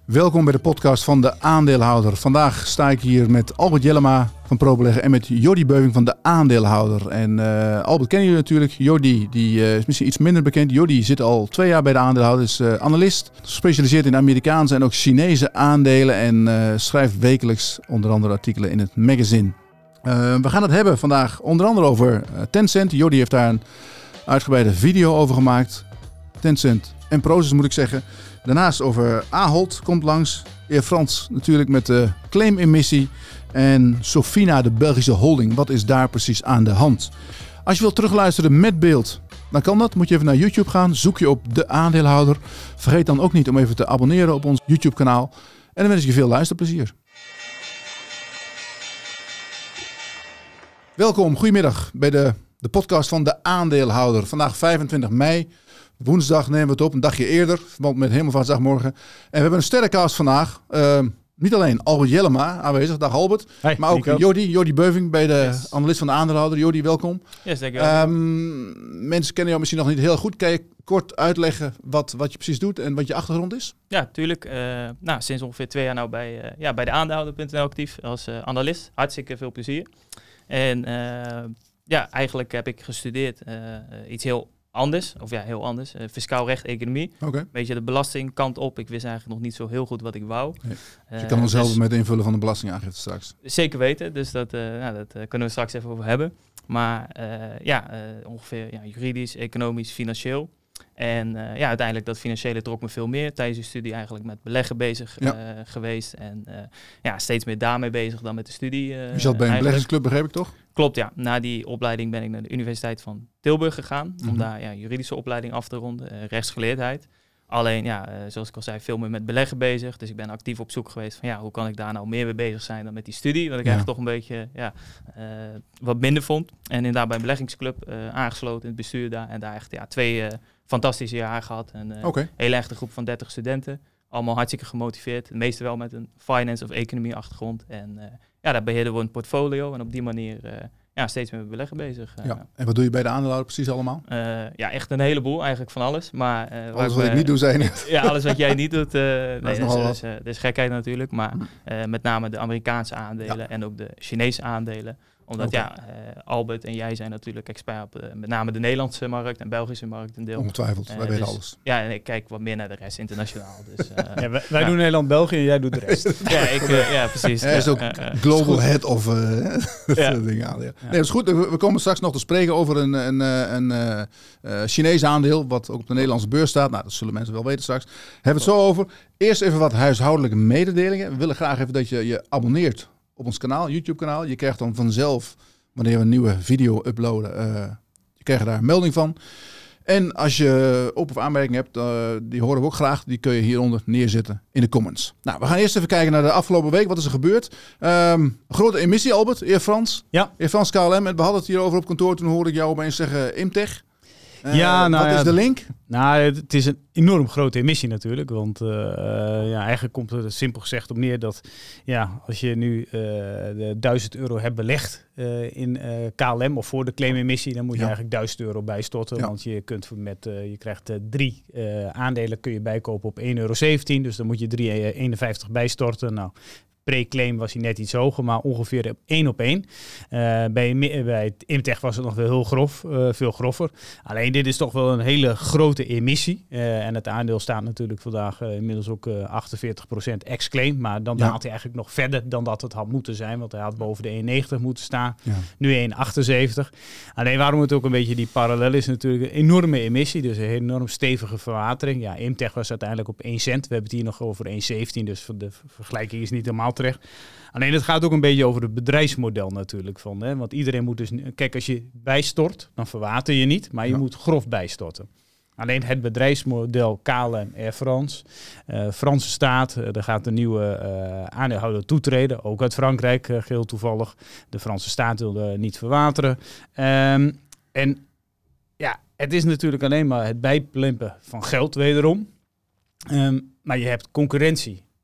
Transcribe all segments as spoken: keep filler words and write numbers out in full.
Welkom bij de podcast van de aandeelhouder. Vandaag sta ik hier met Albert Jellema van ProBeleggen en met Jordi Beuving van de aandeelhouder. En uh, Albert kennen jullie natuurlijk. Jordi die, uh, is misschien iets minder bekend. Jordi zit al twee jaar bij de aandeelhouder, is uh, analist. Gespecialiseerd in Amerikaanse en ook Chinese aandelen. En uh, schrijft wekelijks onder andere artikelen in het magazine. Uh, we gaan het hebben vandaag onder andere over uh, Tencent. Jordi heeft daar een uitgebreide video over gemaakt. Tencent en Prosus moet ik zeggen. Daarnaast over Ahold komt langs. Air France natuurlijk met de claimemissie. En Sofina, de Belgische holding. Wat is daar precies aan de hand? Als je wilt terugluisteren met beeld, dan kan dat. Moet je even naar YouTube gaan. Zoek je op de aandeelhouder. Vergeet dan ook niet om even te abonneren op ons YouTube kanaal. En dan wens ik je veel luisterplezier. Welkom, goedemiddag bij de, de podcast van de aandeelhouder. Vandaag vijfentwintig mei. Woensdag nemen we het op, een dagje eerder, want met Hemelvaartsdagmorgen. En we hebben een sterrencast vandaag. Uh, niet alleen Albert Jellema aanwezig, dag Albert. Hey, maar ook Jordi, Jordi Beuving bij de yes. analist van de aandeelhouder. Jordi, welkom. Yes, dankjewel. Um, mensen kennen jou misschien nog niet heel goed. Kan je kort uitleggen wat, wat je precies doet en wat je achtergrond is? Ja, tuurlijk. Uh, nou, sinds ongeveer twee jaar nou bij, uh, ja, bij de aandeelhouder punt n l actief als uh, analist. Hartstikke veel plezier. En uh, ja, eigenlijk heb ik gestudeerd uh, iets heel anders, of ja, heel anders. Uh, fiscaal recht, economie. Okay. Een beetje de belastingkant op. Ik wist eigenlijk nog niet zo heel goed wat ik wou. Nee. Dus je kan ons helpen dus met invullen van de belastingaangifte straks. Zeker weten, dus dat, uh, nou, dat uh, kunnen we straks even over hebben. Maar uh, ja, uh, ongeveer ja, juridisch, economisch, financieel. En uh, ja, uiteindelijk dat financiële trok me veel meer. Tijdens de studie eigenlijk met beleggen bezig ja. uh, geweest. En uh, ja, steeds meer daarmee bezig dan met de studie. Uh, je zat bij een beleggingsclub, begreep ik toch? Klopt, ja. Na die opleiding ben ik naar de Universiteit van Tilburg gegaan. Mm-hmm. Om daar ja, juridische opleiding af te ronden. Uh, rechtsgeleerdheid. Alleen, ja, uh, zoals ik al zei, veel meer met beleggen bezig. Dus ik ben actief op zoek geweest van ja, hoe kan ik daar nou meer mee bezig zijn dan met die studie. Wat ik ja. eigenlijk toch een beetje ja, uh, wat minder vond. En inderdaad bij een beleggingsclub uh, aangesloten in het bestuur daar. En daar echt ja, twee uh, fantastische jaar gehad. Een uh, okay. hele echte groep van dertig studenten. Allemaal hartstikke gemotiveerd. De meeste wel met een finance of economie achtergrond. En uh, ja, daar beheerden we een portfolio. En op die manier uh, ja, steeds meer met beleggen bezig. Uh, ja. En wat doe je bij de aandeelhouder precies allemaal? Uh, ja, echt een heleboel. Eigenlijk van alles. Maar, uh, alles wat we, ik niet doe, zijn Ja, alles wat jij niet doet. Uh, nee, dat is nogal dat is, uh, dat is gekheid natuurlijk. Maar uh, met name de Amerikaanse aandelen ja. en ook de Chinese aandelen. Omdat okay. ja, uh, Albert en jij zijn natuurlijk expert op uh, met name de Nederlandse markt en Belgische markt een deel. Ongetwijfeld, uh, wij dus, weten alles. Ja, en ik kijk wat meer naar de rest internationaal. Dus, uh, ja, wij wij ja. doen Nederland-België en jij doet de rest. ja, ik, uh, ja, precies. Hij is ook uh, uh, global head of uh, ja. dingen aan. Ja. Nee, dat is goed. We komen straks nog te spreken over een, een, een, een uh, Chinees aandeel, wat ook op de Nederlandse beurs staat. Nou, dat zullen mensen wel weten straks. Hebben we het zo over. Eerst even wat huishoudelijke mededelingen. We willen graag even dat je je abonneert op ons kanaal, YouTube-kanaal. Je krijgt dan vanzelf, wanneer we een nieuwe video uploaden, uh, je krijgt daar een melding van. En als je op- of aanmerkingen hebt, uh, die horen we ook graag. Die kun je hieronder neerzetten in de comments. Nou, we gaan eerst even kijken naar de afgelopen week. Wat is er gebeurd? Um, grote emissie, Albert. Air France. Ja. Air France K L M. En we hadden het hierover op kantoor. Toen hoorde ik jou opeens zeggen Imtech. Uh, ja, nou wat ja, is de link? Nou, het is een enorm grote emissie natuurlijk. Want uh, ja, eigenlijk komt het er simpel gezegd op neer dat ja, als je nu uh, de duizend euro hebt belegd uh, in uh, K L M of voor de claimemissie, dan moet je ja. eigenlijk duizend euro bijstorten. Ja. Want je kunt met uh, je krijgt uh, drie uh, aandelen kun je bijkopen op één euro zeventien. Dus dan moet je drie euro eenenvijftig bijstorten. Nou, pre-claim was hij net iets hoger, maar ongeveer één op één. Uh, bij, bij Imtech was het nog wel heel grof, uh, veel groffer. Alleen dit is toch wel een hele grote emissie. Uh, en het aandeel staat natuurlijk vandaag uh, inmiddels ook uh, achtenveertig procent ex-claim. Maar dan ja. daalt hij eigenlijk nog verder dan dat het had moeten zijn. Want hij had boven de één negentig moeten staan. Ja. Nu één achtenzeventig. Alleen waarom het ook een beetje die parallel is natuurlijk een enorme emissie. Dus een enorm stevige verwatering. Ja, Imtech was uiteindelijk op één cent. We hebben het hier nog over één zeventien. Dus de vergelijking is niet helemaal terecht. Alleen het gaat ook een beetje over het bedrijfsmodel natuurlijk. Van, hè? Want iedereen moet dus... Kijk, als je bijstort, dan verwater je niet. Maar je ja. moet grof bijstorten. Alleen het bedrijfsmodel K L M Air France. Uh, Franse staat, uh, er gaat een nieuwe uh, aandeelhouder toetreden. Ook uit Frankrijk, uh, geheel toevallig. De Franse staat wilde niet verwateren. Um, en ja, het is natuurlijk alleen maar het bijplimpen van geld wederom. Um, maar je hebt concurrentie.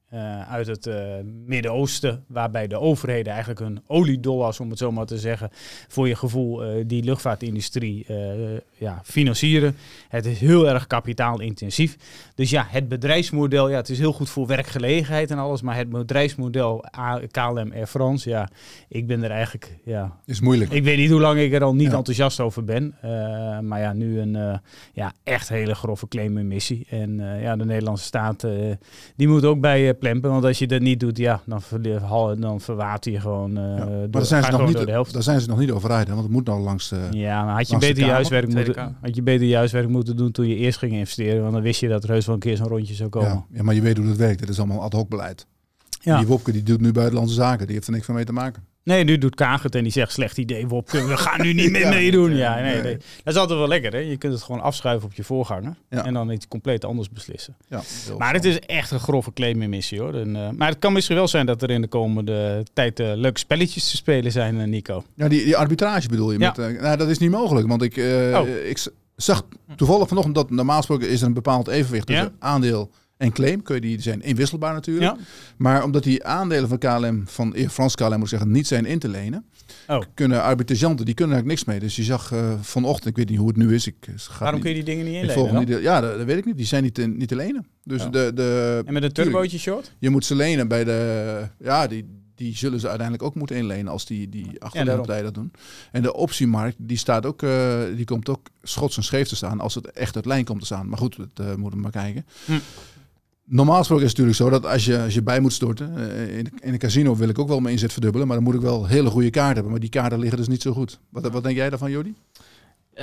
uh, uit het uh, Midden-Oosten, waarbij de overheden eigenlijk hun oliedollars, om het zo maar te zeggen, voor je gevoel uh, die luchtvaartindustrie uh, ja, financieren. Het is heel erg kapitaalintensief. Dus ja, het bedrijfsmodel, ja, het is heel goed voor werkgelegenheid en alles, maar het bedrijfsmodel K L M Air France, ja, ik ben er eigenlijk, ja... Is moeilijk. Ik weet niet hoe lang ik er al niet ja. enthousiast over ben. Uh, maar ja, nu een uh, ja, echt hele grove claimemissie. En uh, ja, de Nederlandse staat, uh, die moet ook bij uh, plempen. Want als je dat niet doet, ja, dan, ver, dan verwater je gewoon, uh, ja. door, daar zijn, ze nog niet, door de helft. Daar zijn ze nog niet over rijden, want het moet nog langs de Ja, maar had je, beter je, huiswerk moeten, had je beter je huiswerk moeten doen toen je eerst ging investeren. Want dan wist je dat er heus wel een keer zo'n rondje zou komen. Ja, ja, maar je weet hoe dat werkt. Dit is allemaal ad hoc beleid. Ja. Die Wopke die doet nu buitenlandse zaken. Die heeft er niks van mee te maken. Nee, nu doet Kaag het en die zegt slecht idee, Wopke, we gaan nu niet meer ja, meedoen. Ja, nee, nee. nee. Dat is altijd wel lekker, hè? Je kunt het gewoon afschuiven op je voorganger ja. en dan iets compleet anders beslissen. Ja, maar het is echt een grove claimemissie, hoor. En, uh, maar het kan misschien wel zijn dat er in de komende tijd uh, leuke spelletjes te spelen zijn, uh, Nico. Ja, die, die arbitrage bedoel je? Ja. Met, uh, nou, dat is niet mogelijk, want ik, uh, oh. ik zag toevallig vanochtend dat normaal gesproken is er een bepaald evenwicht tussen ja? aandeel en claim, kun je die zijn inwisselbaar natuurlijk. Ja. Maar omdat die aandelen van K L M, van Air France K L M moet zeggen, niet zijn in te lenen, oh. kunnen arbitragianten, die kunnen eigenlijk niks mee. Dus je zag uh, vanochtend, ik weet niet hoe het nu is. Ik, Waarom niet, kun je die dingen niet inlenen? Niet de, ja, dat, dat weet ik niet. Die zijn niet te, niet te lenen. Dus oh. de, de, en met een turbootje short? Je moet ze lenen bij de... Ja, die, die zullen ze uiteindelijk ook moeten inlenen als die, die achterliggende dat doen. En de optiemarkt, die staat ook, uh, die komt ook schots en scheef te staan als het echt uit lijn komt te staan. Maar goed, dat uh, moeten we maar kijken. Hm. Normaal gesproken is het natuurlijk zo dat als je, als je bij moet storten, uh, in, in een casino wil ik ook wel mijn inzet verdubbelen, maar dan moet ik wel hele goede kaarten hebben. Maar die kaarten liggen dus niet zo goed. Wat, wat denk jij daarvan, Jordi? Uh,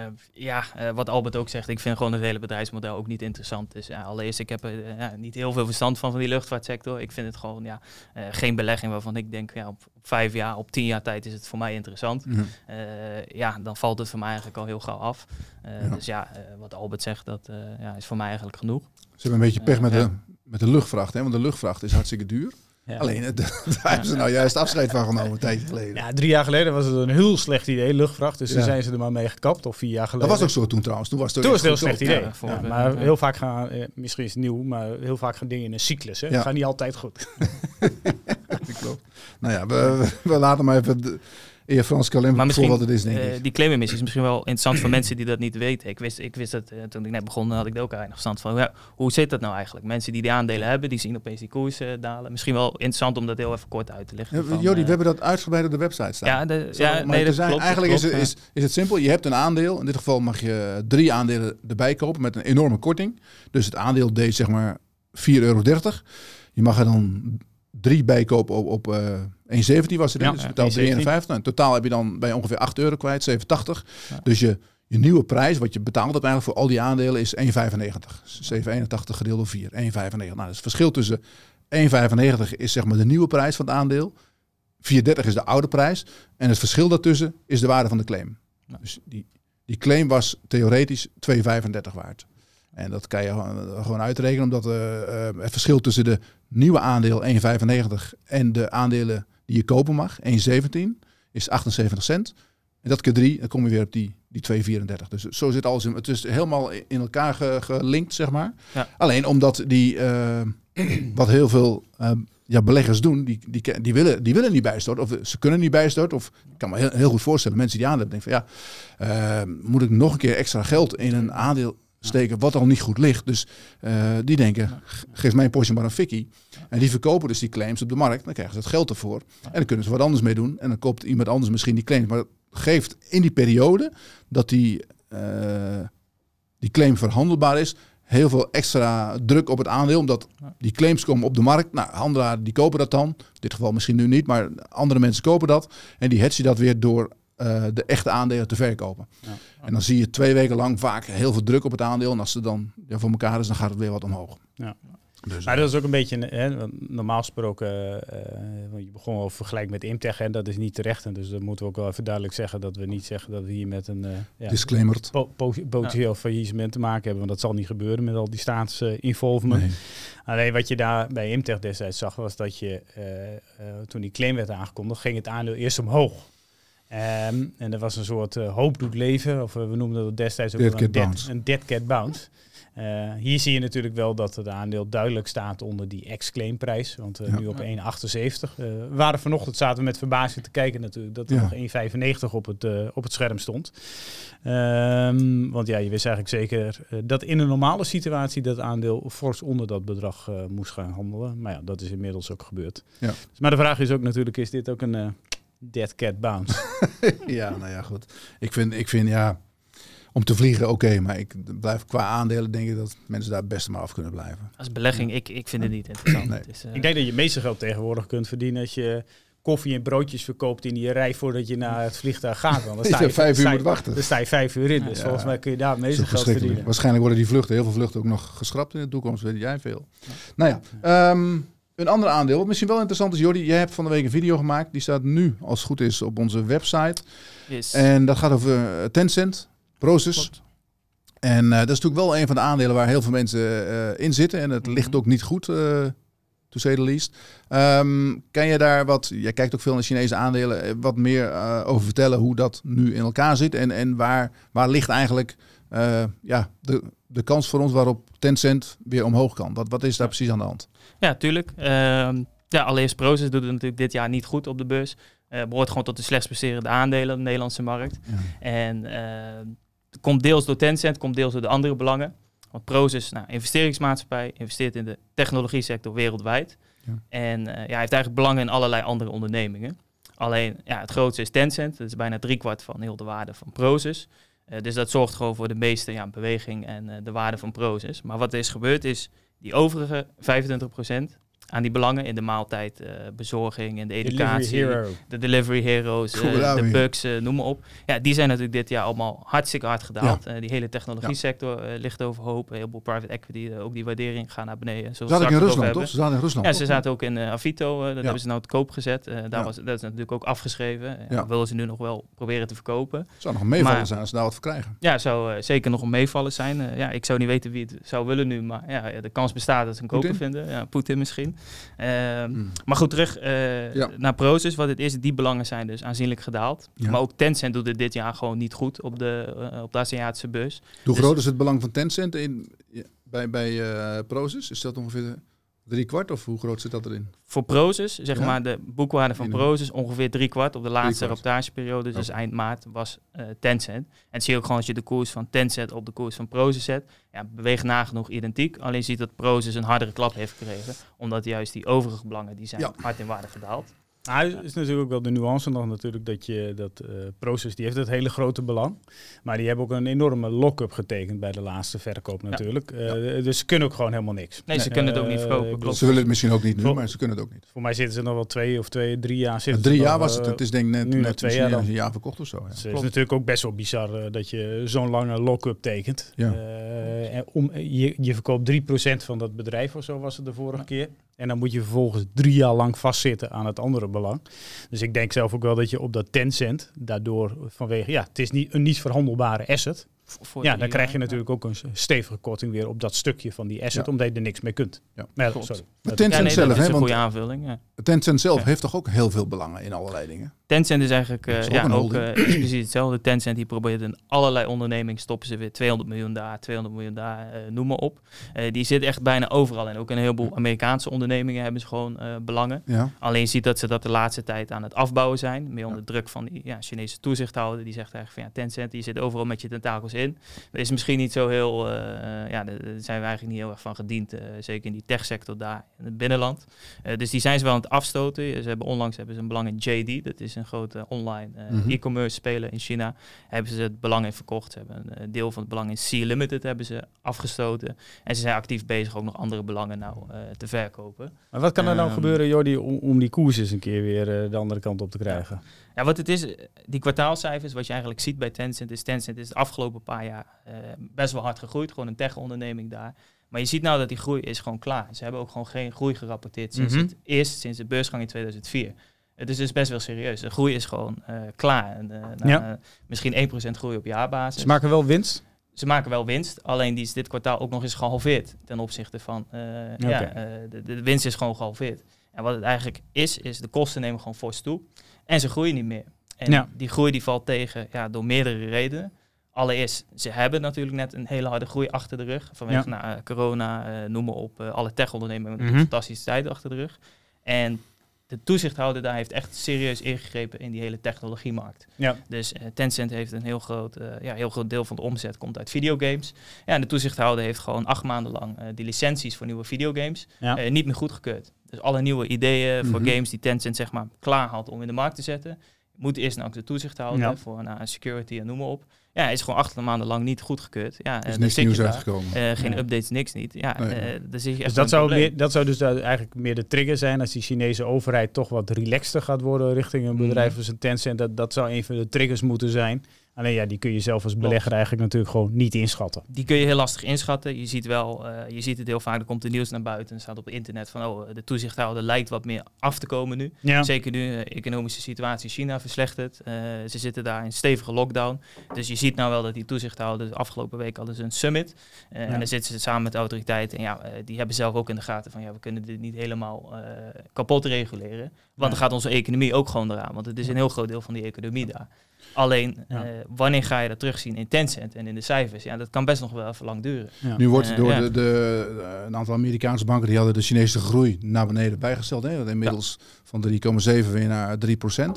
ja, uh, wat Albert ook zegt, ik vind gewoon het hele bedrijfsmodel ook niet interessant. Dus ja, allereerst, ik heb er uh, ja, niet heel veel verstand van van die luchtvaartsector. Ik vind het gewoon ja, uh, geen belegging waarvan ik denk, ja, op, op vijf jaar, op tien jaar tijd is het voor mij interessant. Mm-hmm. Uh, ja, dan valt het voor mij eigenlijk al heel gauw af. Uh, ja. Dus ja, uh, wat Albert zegt, dat uh, ja, is voor mij eigenlijk genoeg. Ze hebben een beetje pech uh, met, ja. de, met de luchtvracht, hè? Want de luchtvracht is hartstikke duur. Ja. Alleen, daar hebben ze nou juist afscheid van genomen een tijdje geleden. Ja, drie jaar geleden was het een heel slecht idee, luchtvracht. Dus ja. toen zijn ze er maar mee gekapt, of vier jaar geleden. Dat was ook zo toen trouwens. Toen was het, toen was het een heel slecht idee. Ja, ja, maar ja. heel vaak gaan, eh, misschien is het nieuw, maar heel vaak gaan dingen in een cyclus. Hè? Ja. Het gaat niet altijd goed. Dat klopt. Nou ja, we, we laten maar even... De, Air France K L M voor wat het is, denk ik. Uh, die claimemissie is misschien wel interessant voor mensen die dat niet weten. Ik wist, ik wist dat uh, toen ik net begon, had ik er ook weinig verstand van. Ja, hoe zit dat nou eigenlijk? Mensen die die aandelen hebben, die zien opeens die koers uh, dalen. Misschien wel interessant om dat heel even kort uit te leggen. Ja, Jordi, uh, we hebben dat uitgebreid op de website staan. Ja, de, Zo, ja nee, dat zijn, klopt. Eigenlijk dat klopt, is, is, is het simpel. Je hebt een aandeel. In dit geval mag je drie aandelen erbij kopen met een enorme korting. Dus het aandeel deed zeg maar vier euro dertig. Je mag er dan drie bijkopen op, op uh, één zeventien was het in, ja, dus je betaalt drie eenenvijftig. Nou, in totaal heb je dan bij ongeveer acht euro kwijt, zeven tachtig. Ja. Dus je, je nieuwe prijs, wat je betaalt hebt eigenlijk voor al die aandelen, is één vijfennegentig. zeven eenentachtig gedeeld door vier, één vijfennegentig. Nou, dus het verschil tussen één vijfennegentig is zeg maar de nieuwe prijs van het aandeel. vier dertig is de oude prijs. En het verschil daartussen is de waarde van de claim. Ja. Dus die, die claim was theoretisch twee vijfendertig waard. En dat kan je gewoon uitrekenen, omdat uh, uh, het verschil tussen de nieuwe aandeel één vijfennegentig en de aandelen die je kopen mag, één zeventien, is achtenzeventig cent. En dat keer drie, dan kom je weer op die, die twee vierendertig. Dus zo zit alles in. Het is helemaal in elkaar ge, gelinkt, zeg maar. Ja. Alleen omdat die, uh, wat heel veel uh, ja, beleggers doen, die, die, die, willen, die willen niet bijstorten. Of ze kunnen niet bijstorten. Of ik kan me heel, heel goed voorstellen, mensen die aandelen denken van ja, uh, moet ik nog een keer extra geld in een aandeel steken wat al niet goed ligt. Dus uh, die denken, geef mijn portie maar een fikkie. En die verkopen dus die claims op de markt. Dan krijgen ze het geld ervoor. En dan kunnen ze wat anders mee doen. En dan koopt iemand anders misschien die claims. Maar dat geeft in die periode dat die, uh, die claim verhandelbaar is, heel veel extra druk op het aandeel. Omdat die claims komen op de markt. Nou, handelaren die kopen dat dan. In dit geval misschien nu niet, maar andere mensen kopen dat. En die hedgen dat weer door Uh, de echte aandelen te verkopen. Ja. En dan zie je twee weken lang vaak heel veel druk op het aandeel. En als het dan ja, voor elkaar is, dan gaat het weer wat omhoog. Ja. Dus, maar dat is ook een beetje, hè, normaal gesproken, uh, je begon over vergelijk met Imtech en dat is niet terecht. En dus dan moeten we ook wel even duidelijk zeggen dat we niet zeggen dat we hier met een uh, ja, disclaimer po- po- potentieel ja. faillissement te maken hebben. Want dat zal niet gebeuren met al die staatsinvolvement. Nee. Alleen wat je daar bij Imtech destijds zag was dat je, uh, uh, toen die claim werd aangekondigd, ging het aandeel eerst omhoog. Um, en er was een soort uh, hoop doet leven, of uh, we noemden dat destijds ook dead wel een, dead, een dead cat bounce. Uh, hier zie je natuurlijk wel dat het aandeel duidelijk staat onder die ex-claimprijs. Want uh, ja. nu op één komma achtenzeventig. Uh, we waren vanochtend zaten we met verbazing te kijken natuurlijk dat er ja. nog één komma vijfennegentig op het, uh, op het scherm stond. Um, want ja, je wist eigenlijk zeker uh, dat in een normale situatie dat aandeel fors onder dat bedrag uh, moest gaan handelen. Maar ja, dat is inmiddels ook gebeurd. Ja. Dus, maar de vraag is ook natuurlijk, is dit ook een uh, dead cat bounce? Ja, nou ja, goed. Ik vind, ik vind ja... Om te vliegen, oké, okay, maar ik blijf qua aandelen denk ik dat mensen daar best maar af kunnen blijven. Als belegging, ja. ik, ik vind het niet interessant. Nee. Het is, uh... Ik denk dat je het meeste geld tegenwoordig kunt verdienen als je koffie en broodjes verkoopt in die rij voordat je naar het vliegtuig gaat. Dan, dan sta je vijf uur moet wachten. Dan sta je vijf uur in, dus ja. volgens mij kun je daar het meeste geld verdienen. Waarschijnlijk worden die vluchten, heel veel vluchten ook nog geschrapt in de toekomst, weet jij veel. Ja. Nou ja, um, een ander aandeel, wat misschien wel interessant is, Jordi, jij hebt van de week een video gemaakt, die staat nu, als het goed is, op onze website. Yes. En dat gaat over uh, Tencent, Prosus. Klopt. En uh, dat is natuurlijk wel een van de aandelen waar heel veel mensen uh, in zitten. En het ligt ook niet goed, uh, to say the least. Um, kan je daar wat, jij kijkt ook veel naar Chinese aandelen, wat meer uh, over vertellen hoe dat nu in elkaar zit? En, en waar, waar ligt eigenlijk uh, ja, de, de kans voor ons waarop Tencent weer omhoog kan? Wat, wat is daar precies aan de hand? Ja, tuurlijk. Uh, ja, allereerst Prosus doet het natuurlijk dit jaar niet goed op de beurs. Uh, behoort gewoon tot de slechtst presterende aandelen op de Nederlandse markt. Ja. En... Uh, komt deels door Tencent, komt deels door de andere belangen. Want Prosus, nou, investeringsmaatschappij, investeert in de technologie sector wereldwijd. Ja. En uh, ja, hij heeft eigenlijk belangen in allerlei andere ondernemingen. Alleen, ja, het grootste is Tencent. Dat is bijna driekwart van heel de waarde van Prosus. Uh, dus dat zorgt gewoon voor de meeste ja, beweging en uh, de waarde van Prosus. Maar wat er is gebeurd is, die overige vijfentwintig procent... aan die belangen in de maaltijd, uh, bezorging en de educatie, delivery hero. de delivery heroes, uh, de bugs, uh, noem maar op. Ja, die zijn natuurlijk dit jaar allemaal hartstikke hard gedaald. Ja. Uh, die hele technologie sector uh, ligt overhoop. Een heleboel private equity, uh, ook die waardering gaan naar beneden. Ze zaten in Rusland, toch? Ze zaten in Rusland. Ja, ze zaten ook in uh, Avito. Uh, dat ja. hebben ze nou te koop gezet. Uh, daar ja. was, dat is natuurlijk ook afgeschreven. Uh, ja. willen ze nu nog wel proberen te verkopen. Het zou nog een meevallen maar, zijn als ze daar wat voor krijgen. Ja, het zou uh, zeker nog een meevallen zijn. Uh, ja, ik zou niet weten wie het zou willen nu, maar ja, de kans bestaat dat ze een koper vinden. Ja, Poetin misschien. Uh, Mm. Maar goed, terug uh, ja. naar Prosus. Wat het is, die belangen zijn dus aanzienlijk gedaald. Ja. Maar ook Tencent doet het dit jaar gewoon niet goed op de, uh, op de Aziatische beurs. Hoe dus, groot is het belang van Tencent in, bij, bij uh, Prosus? Is dat ongeveer drie kwart of hoe groot zit dat erin? Voor Prosus, zeg ja? maar de boekwaarde van Prosus, ongeveer drie kwart op de laatste rapportageperiode, dus okay. eind maart, was uh, Tencent. En dat zie je ook gewoon als je de koers van Tencent op de koers van Prosus zet. Ja, beweegt nagenoeg identiek. Alleen ziet dat Prosus een hardere klap heeft gekregen, omdat juist die overige belangen, die zijn ja. hard in waarde gedaald. Nou, het is natuurlijk ook wel de nuance nog natuurlijk dat je dat uh, Prosus, die heeft het hele grote belang, maar die hebben ook een enorme lock-up getekend bij de laatste verkoop natuurlijk. Ja. Uh, ja. Dus ze kunnen ook gewoon helemaal niks. Nee, ze uh, kunnen het ook niet verkopen. Klopt. Ze willen het misschien ook niet nu, voor, maar ze kunnen het ook niet. Voor mij zitten ze nog wel twee of twee, drie jaar. Ja, drie jaar nog, was het. Het is denk ik net, nu net twee jaar, een jaar verkocht of zo. Ja. Dus het is natuurlijk ook best wel bizar uh, dat je zo'n lange lock-up tekent. Ja. Uh, en om, je, je verkoopt drie procent van dat bedrijf of zo was het de vorige ja. keer. En dan moet je vervolgens drie jaar lang vastzitten aan het andere belang. Dus ik denk zelf ook wel dat je op dat Tencent, daardoor vanwege, ja, het is niet een niet verhandelbare asset. Voor ja, dan krijg je natuurlijk ja. ook een stevige korting weer op dat stukje van die asset, ja. omdat je er niks mee kunt. Ja. Maar, ja, sorry. Maar Tencent ja, nee, zelf, dat is hè, een goede aanvulling. Ja. Tencent zelf ja. heeft toch ook heel veel belangen in allerlei dingen? Tencent is eigenlijk uh, is ook, ja, ook uh, precies hetzelfde. Tencent die probeert in allerlei ondernemingen, stoppen ze weer tweehonderd miljoen daar, tweehonderd miljoen daar, uh, noem maar op. Uh, die zit echt bijna overal en ook in een heleboel Amerikaanse ondernemingen hebben ze gewoon uh, belangen. Ja. Alleen je ziet dat ze dat de laatste tijd aan het afbouwen zijn, meer onder ja. druk van die ja, Chinese toezichthouder. Die zegt eigenlijk van ja, Tencent, die zit overal met je tentakels in. Dat is misschien niet zo heel, uh, ja, daar zijn we eigenlijk niet heel erg van gediend, uh, zeker in die techsector daar in het binnenland. Uh, dus die zijn ze wel aan het afstoten. Ze hebben onlangs hebben ze een belang in J D, dat is een grote online uh, mm-hmm. e-commerce speler in China. Hebben ze het belang in verkocht. Ze hebben een deel van het belang in Sea Limited hebben ze afgestoten. En ze zijn actief bezig ook nog andere belangen nou uh, te verkopen. Maar wat kan er nou um, gebeuren, Jordi, om, om die koers eens een keer weer uh, de andere kant op te krijgen? Ja. Ja, wat het is, die kwartaalcijfers, wat je eigenlijk ziet bij Tencent, is Tencent is de afgelopen paar jaar uh, best wel hard gegroeid. Gewoon een tech-onderneming daar. Maar je ziet nou dat die groei is gewoon klaar. Ze hebben ook gewoon geen groei gerapporteerd sinds mm-hmm. het eerst, sinds de beursgang in tweeduizend vier. Het is dus best wel serieus. De groei is gewoon uh, klaar. En, uh, na, ja. uh, misschien één procent groei op jaarbasis. Ze maken wel winst? Ze maken wel winst, alleen die is dit kwartaal ook nog eens gehalveerd ten opzichte van, uh, okay. ja, uh, de, de winst is gewoon gehalveerd. En wat het eigenlijk is, is de kosten nemen gewoon fors toe en ze groeien niet meer. En ja. die groei die valt tegen ja, door meerdere redenen. Allereerst, ze hebben natuurlijk net een hele harde groei achter de rug. Vanwege ja. nou, corona, uh, noem maar op. Uh, alle tech-ondernemingen hebben mm-hmm. een fantastische tijd achter de rug. En de toezichthouder daar heeft echt serieus ingegrepen in die hele technologiemarkt. Ja. Dus uh, Tencent heeft een heel groot, uh, ja, heel groot deel van de omzet komt uit videogames. Ja, en de toezichthouder heeft gewoon acht maanden lang uh, die licenties voor nieuwe videogames ja. uh, niet meer goedgekeurd. Dus alle nieuwe ideeën mm-hmm. voor games die Tencent zeg maar klaar had om in de markt te zetten, moet eerst naar de toezichthouder ja. voor nou, security en noem maar op. Ja, is gewoon acht maanden lang niet goedgekeurd. Ja, is niks nieuws uitgekomen. Uh, geen ja. updates, niks niet. Ja, nee. uh, daar zie je echt dus dat zou, meer, dat zou dus eigenlijk meer de trigger zijn als die Chinese overheid toch wat relaxter gaat worden richting een bedrijf mm. als een Tencent. Dat, dat zou een van de triggers moeten zijn. Alleen ja, die kun je zelf als belegger Klopt. eigenlijk natuurlijk gewoon niet inschatten. Die kun je heel lastig inschatten. Je ziet wel, uh, je ziet het heel vaak, er komt de nieuws naar buiten en staat op internet van oh, de toezichthouder lijkt wat meer af te komen nu. Ja. Zeker nu de uh, economische situatie in China verslechtert. Uh, ze zitten daar in stevige lockdown. Dus je ziet nou wel dat die toezichthouder, de afgelopen week hadden ze een summit. Uh, ja. En daar zitten ze samen met de autoriteiten. En ja, uh, die hebben zelf ook in de gaten van ja, we kunnen dit niet helemaal uh, kapot reguleren. Want ja. dan gaat onze economie ook gewoon eraan. Want het is een heel groot deel van die economie daar. Alleen, ja. uh, wanneer ga je dat terugzien in Tencent en in de cijfers? Ja, dat kan best nog wel even lang duren. Ja. Nu wordt door uh, ja. de, de, een aantal Amerikaanse banken, die hadden de Chinese groei naar beneden bijgesteld. Hè? Inmiddels ja. van drie komma zeven weer naar drie procent.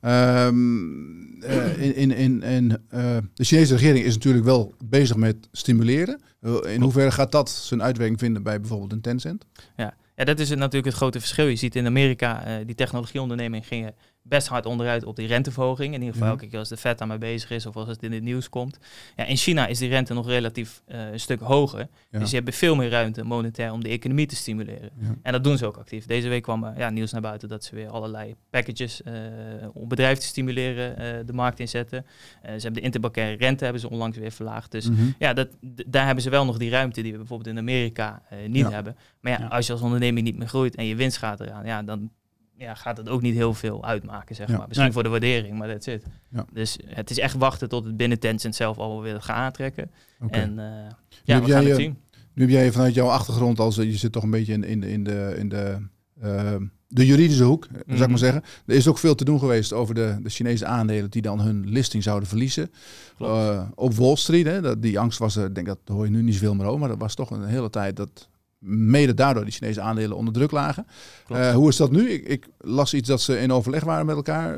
Um, uh, in, in, in, in, uh, de Chinese regering is natuurlijk wel bezig met stimuleren. Uh, in hoeverre gaat dat zijn uitwerking vinden bij bijvoorbeeld een Tencent? Ja. Ja, dat is het natuurlijk het grote verschil. Je ziet in Amerika, uh, die technologieondernemingen gingen best hard onderuit op die renteverhoging. In ieder geval ja. elke keer als de Fed daarmee bezig is of als het in het nieuws komt. Ja, in China is die rente nog relatief uh, een stuk hoger. Ja. Dus je hebt veel meer ruimte monetair om de economie te stimuleren. Ja. En dat doen ze ook actief. Deze week kwam uh, ja, nieuws naar buiten dat ze weer allerlei packages uh, om bedrijven te stimuleren uh, de markt inzetten. Uh, ze hebben de interbankaire rente hebben ze onlangs weer verlaagd. Dus mm-hmm. ja, dat, d- daar hebben ze wel nog die ruimte die we bijvoorbeeld in Amerika uh, niet ja. hebben. Maar ja, ja, als je als onderneming niet meer groeit en je winst gaat eraan, ja, dan ja, gaat het ook niet heel veel uitmaken, zeg ja. maar. Misschien nee. voor de waardering, maar that's it. Ja. Dus het is echt wachten tot het binnen Tencent zelf al weer gaat aantrekken. Okay. En uh, ja, we gaan jij, het zien. Nu heb jij vanuit jouw achtergrond, als je zit toch een beetje in, in de, in de, in de, uh, de juridische hoek, mm-hmm. zou ik maar zeggen. Er is ook veel te doen geweest over de, de Chinese aandelen die dan hun listing zouden verliezen. Uh, op Wall Street, hè, dat, die angst was er, ik denk dat hoor je nu niet zoveel meer over, maar dat was toch een hele tijd dat mede daardoor die Chinese aandelen onder druk lagen. Uh, hoe is dat nu? Ik, ik las iets dat ze in overleg waren met elkaar.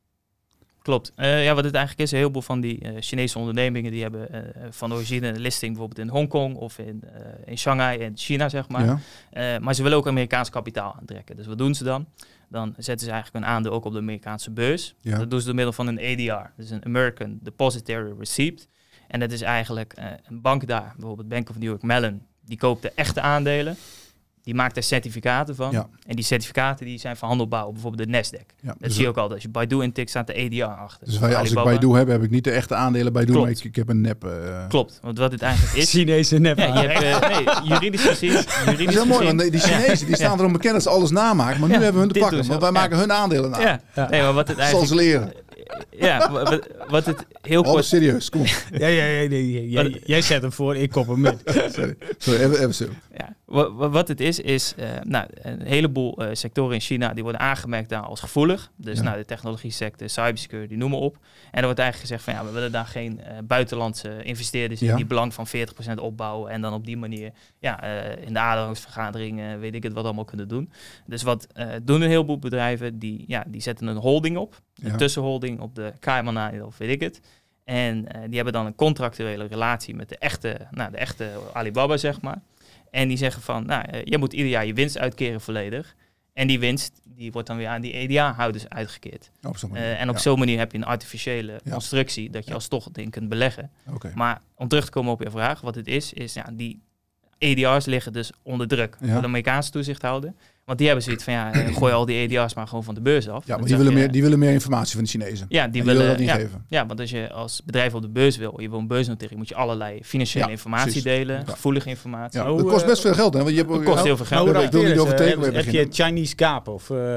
Klopt. Uh, ja, wat het eigenlijk is, een heleboel van die uh, Chinese ondernemingen die hebben uh, van origine een listing bijvoorbeeld in Hongkong of in, uh, in Shanghai en China, zeg maar. Ja. Uh, maar ze willen ook Amerikaans kapitaal aantrekken. Dus wat doen ze dan? Dan zetten ze eigenlijk een aandeel ook op de Amerikaanse beurs. Ja. Dat doen ze door middel van een A D R. Dus een American Depositary Receipt. En dat is eigenlijk uh, een bank daar, bijvoorbeeld Bank of New York Mellon. Die koopt de echte aandelen. Die maakt er certificaten van. Ja. En die certificaten die zijn verhandelbaar op bijvoorbeeld de Nasdaq. Ja, dat dus zie je ook altijd. Als je Baidu intikt, staat de A D R achter. Dus wij, als ik Baidu heb, heb ik niet de echte aandelen Baidu, maar ik, ik heb een nep. Uh... Klopt, want wat het eigenlijk is... Chinese nep. Ja, je hebt, uh, nee, juridisch gezien... Juridisch dat is heel mooi, want die Chinezen die staan erom bekend dat ze alles namaken. Maar nu ja, hebben we hun te pakken, want wij ja. maken hun aandelen na. Ja. Ja. Nee, maar wat het eigenlijk... Zal ze leren. Ja, wat, wat het heel kort... Oh, serieus, kom. Ja, ja, ja, nee, jij, jij zet hem voor, ik kop hem in. Sorry, Sorry even, even zo. Ja, wat, wat het is, is uh, nou, een heleboel uh, sectoren in China die worden aangemerkt daar als gevoelig. Dus ja. nou, de technologie sector, cybersecurity, noem maar op. En er wordt eigenlijk gezegd van ja, we willen daar geen uh, buitenlandse investeerders in ja. die belang van veertig procent opbouwen. En dan op die manier ja, uh, in de aandeelhoudersvergadering uh, weet ik het wat allemaal kunnen doen. Dus wat uh, doen een heleboel bedrijven, die, ja, die zetten een holding op. Een ja. tussenholding op de Cayman of weet ik het. En uh, die hebben dan een contractuele relatie met de echte, nou, de echte Alibaba, zeg maar. En die zeggen van, nou, uh, je moet ieder jaar je winst uitkeren volledig. En die winst, die wordt dan weer aan die A D R-houders uitgekeerd. Op zo'n manier. Uh, en op ja. zo'n manier heb je een artificiële ja. constructie dat je ja. alsnog ding kunt beleggen. Okay. Maar om terug te komen op je vraag, wat het is, is ja, die A D R's liggen dus onder druk ja. door de Amerikaanse toezichthouder. Want die hebben zoiets van, ja, gooi al die A D R's maar gewoon van de beurs af. Ja, maar die willen, je, meer, die willen meer informatie van de Chinezen. Ja, die, willen, willen dat niet ja, geven. Ja, want als je als bedrijf op de beurs wil, je wil een beursnotering, moet je allerlei financiële ja, informatie precies. delen, ja. gevoelige informatie. Ja, dat kost best veel geld, hè? Want je hebt, dat kost heel veel geld. Nou, ik wil niet over tekenen. Heb je Chinese Gap of... Uh...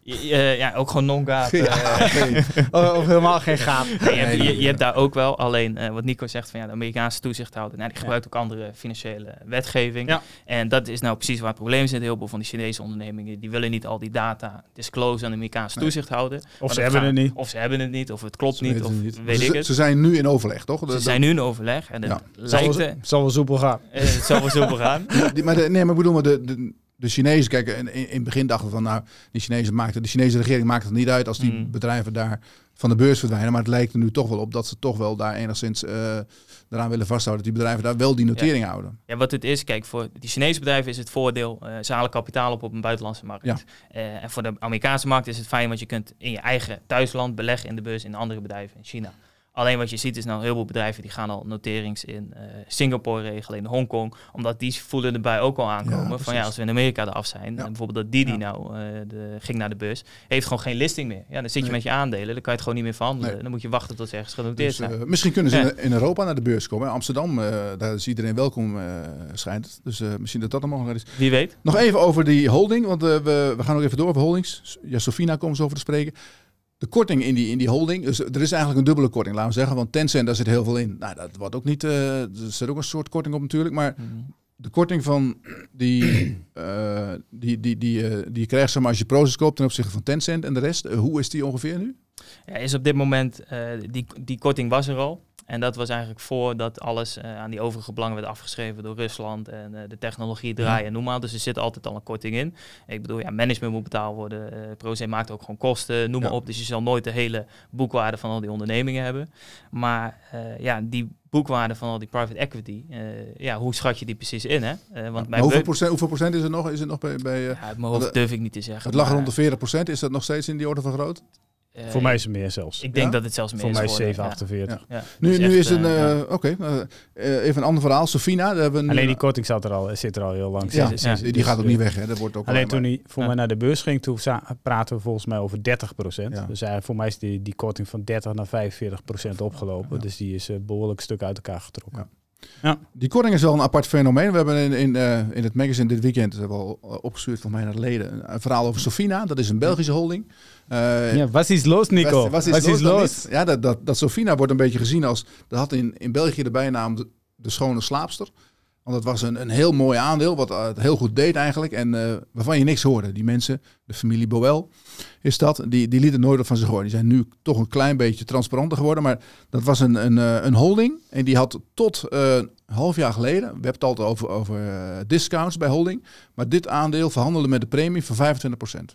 Uh, ja, ook gewoon non-gaap. Uh, ja, of, of helemaal geen gaap. Nee, je, hebt, je, je hebt daar ook wel, alleen uh, wat Nico zegt van ja, de Amerikaanse toezichthouder, nou, die gebruikt ja. ook andere financiële wetgeving. Ja. En dat is nou precies waar het probleem zit. Heel veel van die Chinese ondernemingen, die willen niet al die data disclose aan de Amerikaanse nee. toezichthouder. Of ze hebben gaat, het niet. Of ze hebben het niet, of het klopt ze niet, of niet. weet ze, ik het. Ze zijn nu in overleg, toch? Ze de, zijn nu in overleg. En het ja. lijkt... Het zal wel soepel gaan. Uh, het zal wel soepel gaan. Die, maar de, nee, maar ik bedoel, maar de... de De Chinezen, kijk, in, in het begin dachten we van, nou, die Chinezen maakten, de Chinese regering maakt het niet uit als die mm. bedrijven daar van de beurs verdwijnen. Maar het lijkt er nu toch wel op dat ze toch wel daar enigszins uh, eraan willen vasthouden. Dat die bedrijven daar wel die notering ja. houden. Ja, wat het is, kijk, voor die Chinese bedrijven is het voordeel, uh, ze halen kapitaal op op een buitenlandse markt. Ja. Uh, en voor de Amerikaanse markt is het fijn, want je kunt in je eigen thuisland beleggen in de beurs in andere bedrijven in China. Alleen wat je ziet is nou heel veel bedrijven die gaan al noterings in uh, Singapore regelen, in Hongkong. Omdat die voelen erbij ook al aankomen. Ja, van ja, als we in Amerika eraf zijn. Ja. En bijvoorbeeld dat Didi ja. nou uh, de, ging naar de beurs. Heeft gewoon geen listing meer. Ja, dan zit je nee. met je aandelen. Dan kan je het gewoon niet meer verhandelen. Nee. Dan moet je wachten tot ze ergens genoteerd dus, uh, zijn. Misschien kunnen ze ja. in Europa naar de beurs komen. In Amsterdam, uh, daar is iedereen welkom uh, schijnt. Dus uh, misschien dat dat een mogelijkheid is. Wie weet. Nog even over die holding. Want uh, we, we gaan nog even door over holdings. Ja, Sofina komen ze over te spreken. De korting in die, in die holding, dus er is eigenlijk een dubbele korting, laten we zeggen. Want Tencent, daar zit heel veel in. Nou, dat wordt ook niet, uh, er zit ook een soort korting op natuurlijk. Maar mm. de korting van die, uh, die, die, die, uh, die je krijgt, zeg maar, als je Prosus koopt ten opzichte van Tencent en de rest. Uh, hoe is die ongeveer nu? Ja, is op dit moment, uh, die, die korting was er al. En dat was eigenlijk voordat alles uh, aan die overige belangen werd afgeschreven door Rusland en uh, de technologie draaien, ja. noem maar. Dus er zit altijd al een korting in. Ik bedoel, ja, management moet betaald worden. Uh, Proces maakt ook gewoon kosten, noem maar ja. op. Dus je zal nooit de hele boekwaarde van al die ondernemingen hebben. Maar uh, ja, die boekwaarde van al die private equity, uh, ja, hoe schat je die precies in, hè? Uh, want ja, hoeveel, procent, hoeveel procent is er nog? Is het nog bij, bij uh, ja, uit mijn hoofd durf ik niet te zeggen. Het lag maar, rond de veertig procent. Is dat nog steeds in die orde van groot? Uh, Voor mij is het meer zelfs. Ik denk ja? dat het zelfs meer Voor is. Voor mij is zeven zeven achtenveertig. Ja. Ja. Nu, dus nu echt, is het een... Uh, uh, Oké, okay, uh, even een ander verhaal. Sofina. Hebben we Alleen die korting zat er al, zit er al heel lang. Ja, ja, die, die gaat ook niet weg. Hè. Dat wordt ook alleen toen hij voor ja. mij naar de beurs ging, toen praten we volgens mij over dertig procent. Ja. Dus uh, voor mij is die, die korting van dertig naar vijfenveertig procent opgelopen. Ja. Dus die is uh, behoorlijk stuk uit elkaar getrokken. Ja. Ja. Die korting is wel een apart fenomeen. We hebben in, in, uh, in het magazine dit weekend hebben we al opgestuurd van mij naar de leden een verhaal over Sofina. Dat is een Belgische holding. Uh, ja, wat is los, Nico? Wat is, is, is los? Ja, dat, dat, dat Sofina wordt een beetje gezien als... Dat had in, in België de bijnaam de, de schone slaapster. Want het was een, een heel mooi aandeel, wat uh, het heel goed deed eigenlijk. En uh, waarvan je niks hoorde. Die mensen, de familie Boel is dat, die, die lieten nooit wat van zich horen. Die zijn nu toch een klein beetje transparanter geworden. Maar dat was een, een, een holding. En die had tot uh, een half jaar geleden... We hebben het altijd over, over uh, discounts bij holding. Maar dit aandeel verhandelde met de premie van vijfentwintig procent.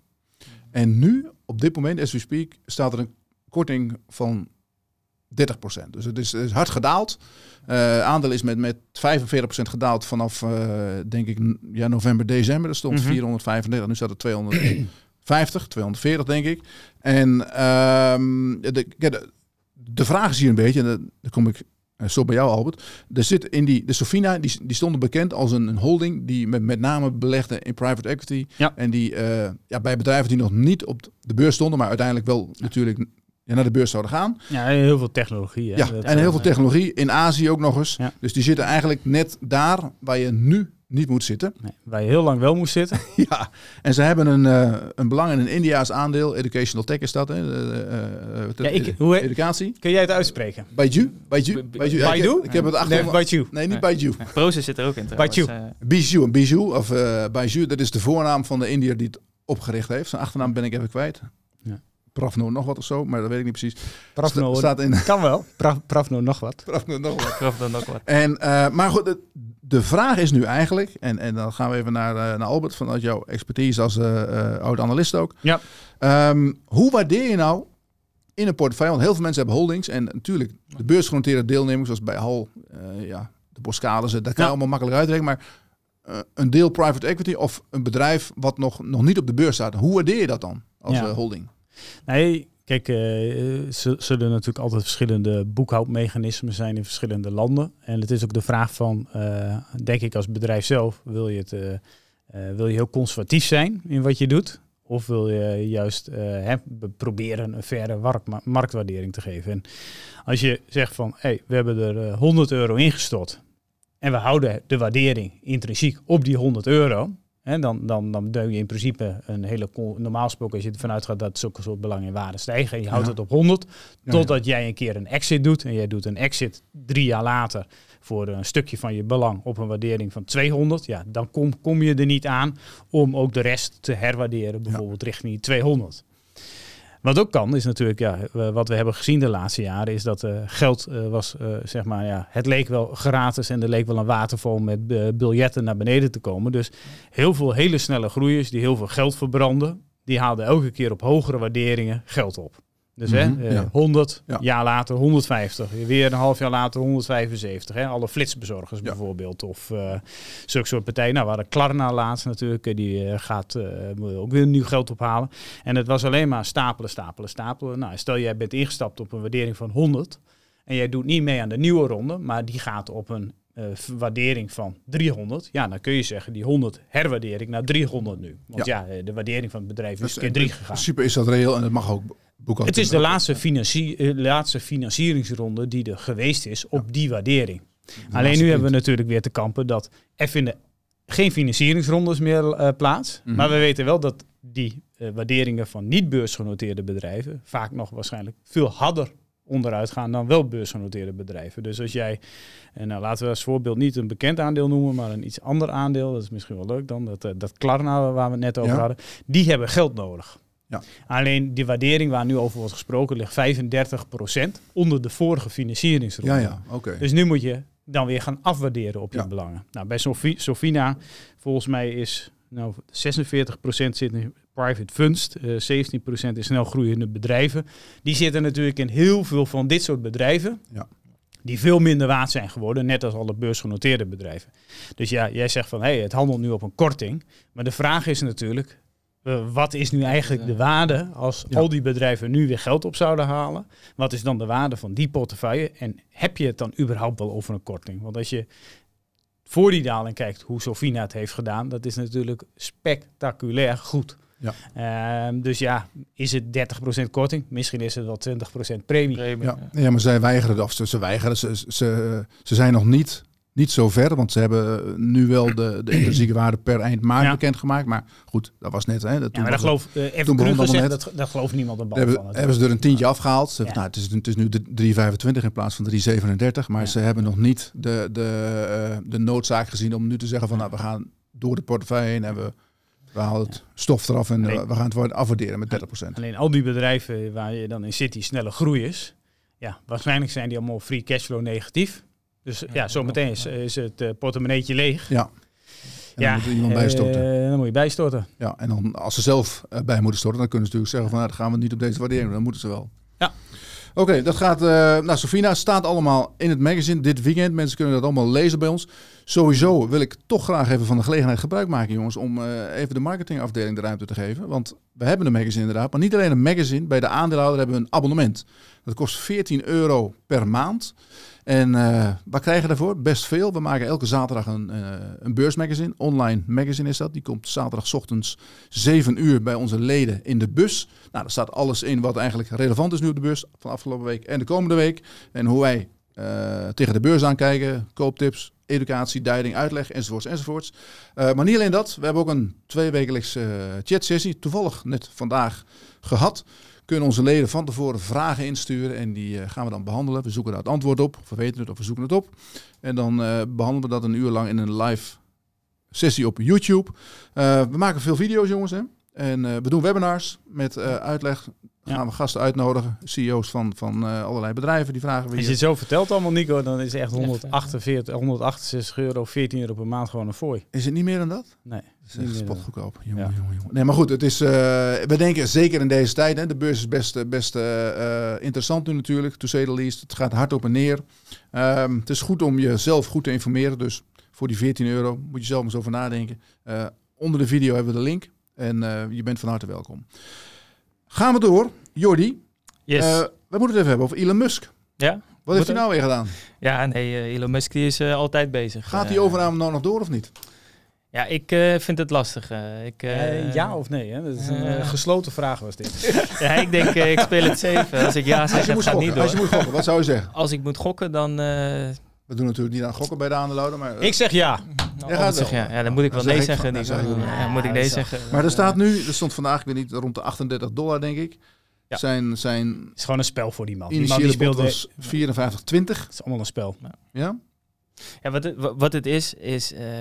En nu, op dit moment, as we speak, staat er een korting van dertig procent. Dus het is, het is hard gedaald. Uh, aandeel is met, met vijfenveertig procent gedaald vanaf, uh, denk ik, ja, november, december. Dat stond mm-hmm. vierhonderdvijfendertig, nu staat het tweehonderdvijftig, tweehonderdveertig, denk ik. En um, de, de, de vraag is hier een beetje, en dan kom ik uh, zo bij jou, Albert. Er zit in die, de Sofina, die, die stonden bekend als een, een holding die met, met name belegde in private equity. Ja. En die uh, ja, bij bedrijven die nog niet op de beurs stonden, maar uiteindelijk wel ja. natuurlijk... Ja, naar de beurs zouden gaan. Ja, heel veel technologie. Hè? Ja, dat en heel veel technologie. In Azië ook nog eens. Ja. Dus die zitten eigenlijk net daar waar je nu niet moet zitten. Nee, waar je heel lang wel moest zitten. Ja, en ze hebben een, uh, een belang in een Indiaas aandeel. Educational Tech is dat, hè? Uh, uh, ja, ik, hoe he- educatie. Kun jij het uitspreken? Baidu. Baidu. Baidu. Ja, ik, heb, ik heb het achter. Nee, Baidu. Nee, niet Baidu. Ja, Proces zit er ook in. Baidu. Bijou. Bijou of uh, Baidu. Dat is de voornaam van de Indiër die het opgericht heeft. Zijn achternaam ben ik even kwijt. Ja. Pravno nog wat of zo, maar dat weet ik niet precies. Pravno staat in. Kan wel. Pra, Pravno nog wat. Pravno nog wat. Pravno nog wat. En, uh, maar goed, de, de vraag is nu eigenlijk, en, en dan gaan we even naar, uh, naar Albert, vanuit jouw expertise als uh, uh, oud-analist ook. Ja. Um, hoe waardeer je nou in een portefeuille, want heel veel mensen hebben holdings en natuurlijk de beursgenoteerde deelnemers, zoals bij Hal, uh, ja, de Boskalis, dat kan je ja. allemaal makkelijk uitrekenen, maar uh, een deel private equity of een bedrijf wat nog, nog niet op de beurs staat, hoe waardeer je dat dan als ja. uh, holding? Nee, kijk, uh, er zullen natuurlijk altijd verschillende boekhoudmechanismen zijn in verschillende landen. En het is ook de vraag van, uh, denk ik als bedrijf zelf, wil je, het, uh, uh, wil je heel conservatief zijn in wat je doet? Of wil je juist uh, hè, proberen een verre markt- marktwaardering te geven? En als je zegt van, hey, we hebben er uh, honderd euro ingestort en we houden de waardering intrinsiek op die honderd euro... Hè, dan, dan, dan duw je in principe een hele... Normaal gesproken, als je ervan uitgaat dat zulke soort belangen in waarde stijgen... en je houdt Ja. het op honderd, Ja, totdat jij een keer een exit doet... en jij doet een exit drie jaar later... voor een stukje van je belang op een waardering van tweehonderd... ja, dan kom, kom je er niet aan om ook de rest te herwaarderen... bijvoorbeeld ja. richting die tweehonderd. Wat ook kan, is natuurlijk, ja, wat we hebben gezien de laatste jaren, is dat uh, geld uh, was, uh, zeg maar, ja, het leek wel gratis en er leek wel een waterval met uh, biljetten naar beneden te komen. Dus heel veel hele snelle groeiers die heel veel geld verbranden, die haalden elke keer op hogere waarderingen geld op. Dus mm-hmm, hè, uh, ja. honderd, ja. jaar later honderdvijftig, weer een half jaar later honderdvijfenzeventig. Hè, alle flitsbezorgers ja. bijvoorbeeld of uh, zulke soort partijen. Nou, we hadden Klarna laatst natuurlijk, die uh, gaat uh, ook weer nieuw geld ophalen. En het was alleen maar stapelen, stapelen, stapelen. Nou, stel jij bent ingestapt op een waardering van honderd en jij doet niet mee aan de nieuwe ronde, maar die gaat op een uh, waardering van driehonderd. Ja, dan kun je zeggen die honderd herwaardering naar driehonderd nu. Want ja, ja de waardering van het bedrijf is keer drie gegaan. In principe is dat reëel en dat mag ook. Het is de laatste, financie- laatste financieringsronde die er geweest is op ja. die waardering. De Alleen nu hebben we natuurlijk weer te kampen dat er vinden geen financieringsrondes meer uh, plaats. Mm-hmm. Maar we weten wel dat die uh, waarderingen van niet beursgenoteerde bedrijven vaak nog waarschijnlijk veel harder onderuit gaan dan wel beursgenoteerde bedrijven. Dus als jij, en nou laten we als voorbeeld niet een bekend aandeel noemen, maar een iets ander aandeel, dat is misschien wel leuk dan, dat, uh, dat Klarna waar we het net over ja. hadden, die hebben geld nodig. Ja. Alleen die waardering waar nu over wordt gesproken ligt vijfendertig procent onder de vorige financieringsronde. Ja, ja, okay. Dus nu moet je dan weer gaan afwaarderen op je ja. belangen. Nou, bij Sofi- Sofina volgens mij is nou, zesenveertig procent zit in private funds, uh, zeventien procent in snel groeiende bedrijven. Die zitten natuurlijk in heel veel van dit soort bedrijven. Ja. Die veel minder waard zijn geworden, net als alle beursgenoteerde bedrijven. Dus ja, jij zegt van, hé, hey, het handelt nu op een korting. Maar de vraag is natuurlijk, Uh, wat is nu eigenlijk de waarde als ja. al die bedrijven nu weer geld op zouden halen? Wat is dan de waarde van die portefeuille? En heb je het dan überhaupt wel over een korting? Want als je voor die daling kijkt hoe Sofina het heeft gedaan, dat is natuurlijk spectaculair goed. Ja. Uh, dus ja, is het dertig procent korting? Misschien is het wel twintig procent premie. premie ja. Ja, maar zij weigeren, of ze, ze weigeren, ze, ze, ze zijn nog niet... Niet zo ver, want ze hebben nu wel de, de intrinsieke waarde per eind maart ja. bekendgemaakt. Maar goed, dat was net. Hè, dat ja, maar dat geloof, uh, even cru gezegd, dat, dat gelooft niemand een bal hebben, van. Hebben ze er een tientje afgehaald. Ja. Nou, het, is, het is nu drie vijfentwintig in plaats van drie zevenendertig. Maar ja. ze hebben nog niet de, de, uh, de noodzaak gezien om nu te zeggen van... nou, we gaan door de portefeuille heen en we, we halen het stof eraf... en uh, we gaan het afwaarderen met dertig procent. Alleen al die bedrijven waar je dan in zit die snelle groei is... ja, waarschijnlijk zijn die allemaal free cashflow negatief... Dus ja, ja zometeen is, is het uh, portemonneetje leeg. Ja. En ja, dan moet iemand bijstorten. Uh, dan moet je bijstorten. Ja, en dan als ze zelf uh, bij moeten storten, dan kunnen ze natuurlijk zeggen van, nou, dan gaan we niet op deze waardering doen. Dan moeten ze wel. Ja. Oké, okay, dat gaat. Uh, nou, Sofina staat allemaal in het magazine dit weekend. Mensen kunnen dat allemaal lezen bij ons. Sowieso wil ik toch graag even van de gelegenheid gebruik maken, jongens, om uh, even de marketingafdeling de ruimte te geven. Want we hebben een magazine inderdaad, maar niet alleen een magazine. Bij de aandeelhouder hebben we een abonnement. Dat kost veertien euro per maand. En uh, wat krijgen we daarvoor? Best veel. We maken elke zaterdag een, uh, een beursmagazine. Online magazine is dat. Die komt zaterdag ochtends zeven uur bij onze leden in de bus. Nou, daar staat alles in wat eigenlijk relevant is nu op de beurs van de afgelopen week en de komende week. En hoe wij uh, tegen de beurs aankijken. Kooptips, educatie, duiding, uitleg enzovoorts enzovoorts. Uh, maar niet alleen dat. We hebben ook een tweewekelijkse uh, chatsessie. Toevallig net vandaag gehad. Kunnen onze leden van tevoren vragen insturen en die uh, gaan we dan behandelen. We zoeken daar het antwoord op, of we weten het of we zoeken het op. En dan uh, behandelen we dat een uur lang in een live sessie op YouTube. Uh, we maken veel video's, jongens. Hè? En uh, we doen webinars met uh, uitleg. Dan gaan we gasten uitnodigen, C E O's van, van uh, allerlei bedrijven. Die vragen we Als je het zo vertelt allemaal, Nico, dan is het echt honderdachtenveertig, honderdachtzestig euro, veertien euro per maand gewoon een fooi. Is het niet meer dan dat? Nee. Dat is echt spotgoedkoop. Jongen, ja. jongen, jongen. Nee, maar goed, het is, uh, we denken zeker in deze tijd, hè, de beurs is best, best uh, interessant nu natuurlijk, to say the least. Het gaat hard op en neer. Um, het is goed om jezelf goed te informeren, dus voor die veertien euro moet je zelf maar eens over nadenken. Uh, onder de video hebben we de link en uh, je bent van harte welkom. Gaan we door. Jordi, yes. uh, we moeten het even hebben over Elon Musk. Ja? Wat heeft hij nou weer gedaan? Ja, nee, uh, Elon Musk die is uh, altijd bezig. Gaat die overname nou nog door of niet? Ja, ik uh, vind het lastig. Uh, ik, uh, uh, ja of nee? Hè? Dat is een uh, gesloten vraag was dit. Ja, ik denk, uh, ik speel het zeven. Als ik ja zeg, dan gaat het niet door. Als je moet gokken, wat zou je zeggen? Als ik moet gokken, dan... Uh, We doen natuurlijk niet aan gokken bij de aandeelhouder, maar... Uh, ik zeg ja. Nou, Ja, Albert gaat zegt, wel. ja, ja, dan moet ik wel Dan zeg nee ik van- zeggen. dan Die- zeg ik wel. ja, moet ik nee zeggen. Maar er staat nu, er stond vandaag, ik weet niet, rond de achtendertig dollar, denk ik. Ja. Zijn, zijn Het is gewoon een spel voor die man. Die man die initiële bod speelde... was vierenvijftig twintig. Het is allemaal een spel. Ja? Ja, wat het, wa- wat het is, is, uh,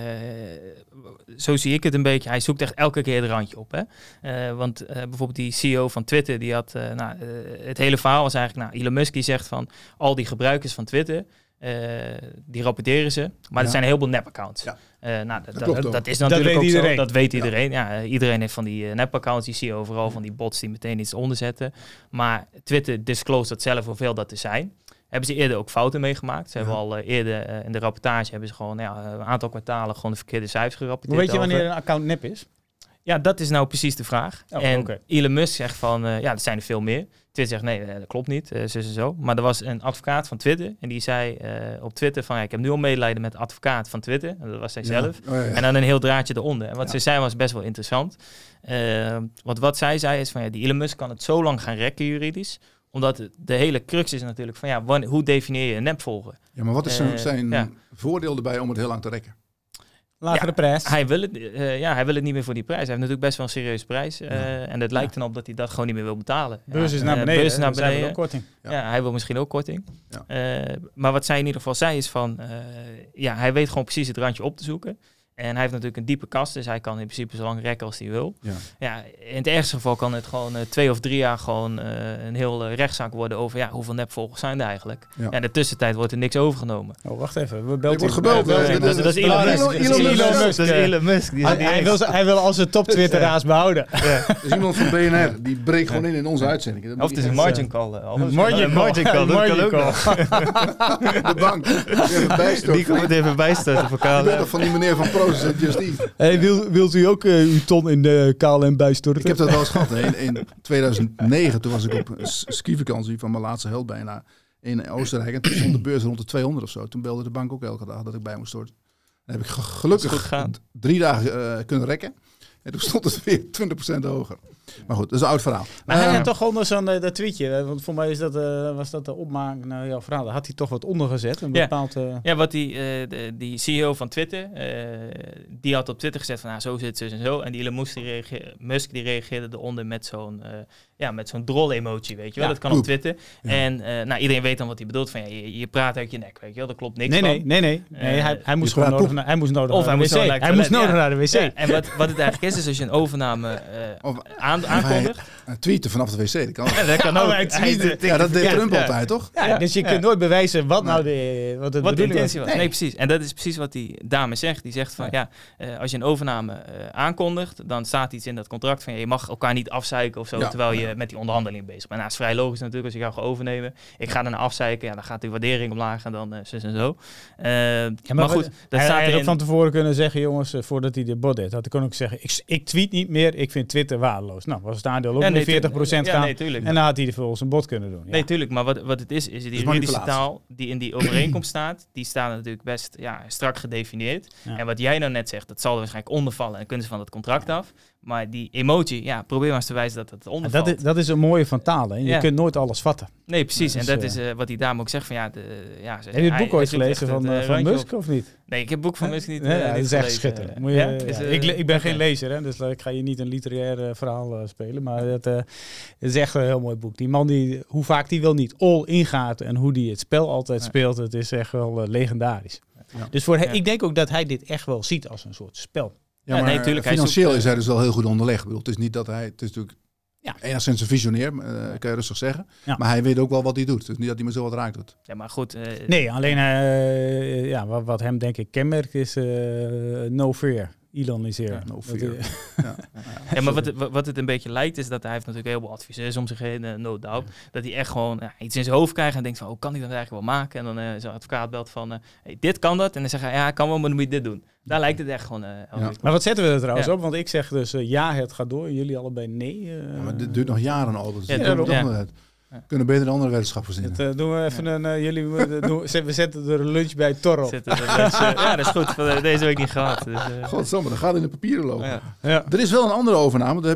zo zie ik het een beetje, hij zoekt echt elke keer het randje op. Hè? Uh, want uh, bijvoorbeeld die C E O van Twitter, die had, uh, nou, uh, het hele verhaal was eigenlijk, nou, Elon Musk die zegt van, al die gebruikers van Twitter, uh, die rapporteren ze, maar Ja. er zijn een heleboel nep-accounts. Ja. Uh, nou, Dat dat, klopt dat, ook. dat is Dat natuurlijk weet ook iedereen. zo, dat weet iedereen. Ja. Ja, iedereen heeft van die uh, nep-accounts, die zie je overal, van die bots die meteen iets onderzetten. Maar Twitter disclose dat zelf hoeveel dat er zijn. Hebben ze eerder ook fouten meegemaakt. Ze Ja. hebben al uh, eerder uh, in de rapportage hebben ze gewoon ja, een aantal kwartalen gewoon de verkeerde cijfers gerapporteerd. Hoe weet je over. wanneer een account nep is? Ja, dat is nou precies de vraag. Oh, en okay. Elon Musk zegt van, uh, ja, er zijn er veel meer. Twitter zegt, nee, dat klopt niet, uh, zo en zo. Maar er was een advocaat van Twitter en die zei uh, op Twitter van, ja, ik heb nu al medelijden met de advocaat van Twitter. En dat was zij Ja. zelf. Oh, ja. En dan een heel draadje eronder. En wat Ja. ze zei was best wel interessant. Uh, want wat zij zei is van, ja, die Elon Musk kan het zo lang gaan rekken juridisch, omdat de, de hele crux is natuurlijk van, ja, wanneer, hoe definieer je een nepvolger? Ja, maar wat is zijn, Uh, zijn ja. voordeel erbij om het heel lang te rekken? Lagere Ja, prijs. Hij wil, het, uh, ja, hij wil het niet meer voor die prijs. Hij heeft natuurlijk best wel een serieuze prijs. Uh, Ja. En het lijkt erop dat hij dat gewoon niet meer wil betalen. Beurs Ja, is naar uh, beneden. beurs is naar dus hij wil beneden. ook korting. Ja. Ja. hij wil misschien ook korting. Ja. Uh, maar wat zij in ieder geval zei is van... Uh, ja, hij weet gewoon precies het randje op te zoeken. En hij heeft natuurlijk een diepe kast, dus hij kan in principe zo lang rekken als hij wil. Ja. Ja, in het ergste geval kan het gewoon uh, twee of drie jaar gewoon uh, een heel uh, rechtszaak worden over ja, hoeveel nepvolgers zijn er eigenlijk. Ja. Ja, in de tussentijd wordt er niks overgenomen. Oh, wacht even. We Ik belden word gebeld. Ja, hè? ja, dat, is- dat is Elon Elon Musk. Musk. Dat is Elon Elon Musk, Musk. Dat is eh. Elon Musk. Die is Hij, niet hij, eens- wil, hij wil al zijn top Twitteraars behouden. Er is iemand van B N R, die breekt gewoon in in onze uitzending. Dat Of het is een moet margin call. uh, Albert. Margin Een call. margin call. Dat kan ook Margin nog. niet- de bank. Even bijstorten. Die komt even bijstorten voor Je bent K L M. toch van die meneer van Proces en Justice? Hey, wil, wilt u ook uh, uw ton in de K L M bijstorten? Ik heb dat wel eens gehad. hè. In, in tweeduizend negen, toen was ik op een s- skivakantie van mijn laatste held bijna in Oostenrijk. En toen stond de beurs rond de tweehonderd of zo. Toen belde de bank ook elke dag dat ik bij moest storten. Dan heb ik ge- Is goed gelukkig gegaan. d- drie dagen uh, kunnen rekken. En toen stond het weer twintig procent hoger. Maar goed, dat is een oud verhaal. Maar hij Uh, had toch onder zo'n uh, dat tweetje, uh, want voor mij is dat, uh, was dat de opmaak naar jouw verhaal. Daar had hij toch wat onder gezet, een Ja. bepaald... Uh, Ja, wat die, uh, de, die C E O van Twitter, uh, die had op Twitter gezet van, nou, zo zit het, zo en zo. En die Elon Musk die, reageerde, Musk, die reageerde eronder met zo'n uh, ja, met zo'n drol-emoji, weet je wel. Ja, dat kan poep. op Twitter. Ja. En uh, nou, iedereen weet dan wat hij bedoelt. Van, ja, je, je praat uit je nek, weet je wel. Daar klopt niks nee, van. nee, nee, nee. nee Uh, hij, hij moest je gewoon praat nodig, naar, hij moest nodig Of naar hij de moest wc. zo naar het Hij moest toilet, nodig ja. naar de wc. Ja, en wat, wat het eigenlijk is, is als je een overname uh, Of- aan, of hij- aankondigt. uh, tweeten vanaf de wc, dat kan. Ja, dat kan Oh, ook. hij tweette. Ja, dat deed Ja, Trump ja. altijd, toch? Ja, Ja. dus je Ja. kunt nooit bewijzen wat Nee. nou de, wat de Wat de bedoeling intentie was. Nee. Nee. precies. En dat is precies wat die dame zegt. Die zegt van, ja, uh, als je een overname uh, aankondigt, dan staat iets in dat contract van, ja, je mag elkaar niet afzeiken of zo, Ja. terwijl je Ja. met die onderhandeling bezig bent. Nou, dat is vrij logisch natuurlijk, als je jou gaat overnemen. Ik ga daarna afzeiken, ja, dan gaat die waardering omlaag en dan uh, zus en zo. Uh, Ja, maar, maar goed, wat- dat hij, staat hij had erin. van tevoren kunnen zeggen, jongens, uh, voordat hij de bot deed, had ik ook zeggen, ik, ik tweet niet meer, ik vind Twitter waardeloos. Nou, was het aandeel ook Ja, met nee, veertig procent ja, gaan. nee, tuurlijk. En dan had hij er volgens een bot kunnen doen. Ja. Nee, tuurlijk. Maar wat, wat het is, is die is juridische manipulatie. taal die in die overeenkomst staat, die staat natuurlijk best ja, strak gedefinieerd. Ja. En wat jij nou net zegt, dat zal er waarschijnlijk ondervallen en kunnen ze van het contract af. Maar die emoji, ja, probeer maar eens te wijzen dat het En ondervalt. dat, is, dat is een mooie van taal. Hè. Je Ja. kunt nooit alles vatten. Nee, precies. Ja, en dus, dat uh, is uh, wat die dame ook zegt van ja, de, ja ze, Heb je het hij- boek ooit hij zoekt gelezen echt van, het, uh, uh, van randje Musk op. of niet? Nee, ik heb het boek van Musk niet. Nee, uh, ja, dat niet is echt gelezen. schitterend. Uh, Moet je, ja? ja. Is, uh, ik, ik ben geen oké. lezer, hè, dus uh, ik ga je niet een literair uh, verhaal uh, spelen. Maar het, uh, het is echt een heel mooi boek. Die man, die, hoe vaak die wel niet all ingaat en hoe die het spel altijd Ja. speelt, het is echt wel uh, legendarisch. Ja. Dus voor he- Ja. ik denk ook dat hij dit echt wel ziet als een soort spel. Ja, Ja, maar nee, tuurlijk, hij financieel zoekt, uh, is hij dus wel heel goed onderlegd. Ik bedoel, het is niet dat hij, het is natuurlijk Ja. enigszins een visionair, uh, kan je rustig zeggen. Ja. Maar hij weet ook wel wat hij doet. Het is niet dat hij maar zo wat raakt doet. Ja, maar goed. Uh, Nee, alleen uh, ja, wat, wat hem denk ik kenmerkt is uh, no fear. Elon is hier. Ja, no Dat, fear. uh, Ja. Ja, maar wat het, wat het een beetje lijkt is dat hij heeft natuurlijk heel veel adviseurs om zich heen, uh, no doubt. Dat hij echt gewoon ja, iets in zijn hoofd krijgt en denkt van, hoe kan hij dat eigenlijk wel maken? En dan uh, zijn advocaat belt van, uh, hey, dit kan dat. En dan zegt hij, ja, kan wel, maar dan moet je dit doen. Daar lijkt het echt gewoon uh, Ja. op. Maar wat zetten we er trouwens Ja. op? Want ik zeg dus uh, ja, het gaat door. Jullie allebei nee. Uh, Ja, maar dit duurt nog jaren al. Dus Ja, het daarom. komt toch Ja. nog uit. Ja. Kunnen beter een andere weddenschap verzinnen. Dat, uh, doen we even ja. een... Uh, jullie, uh, doen, we zetten er een lunch bij Torro. Lunch, uh, ja, dat is goed. Uh, deze week niet gehad. Dus, uh, Godsamme, dat gaat in de papieren lopen. Ja. Ja. Er is wel een andere overname. Daar heb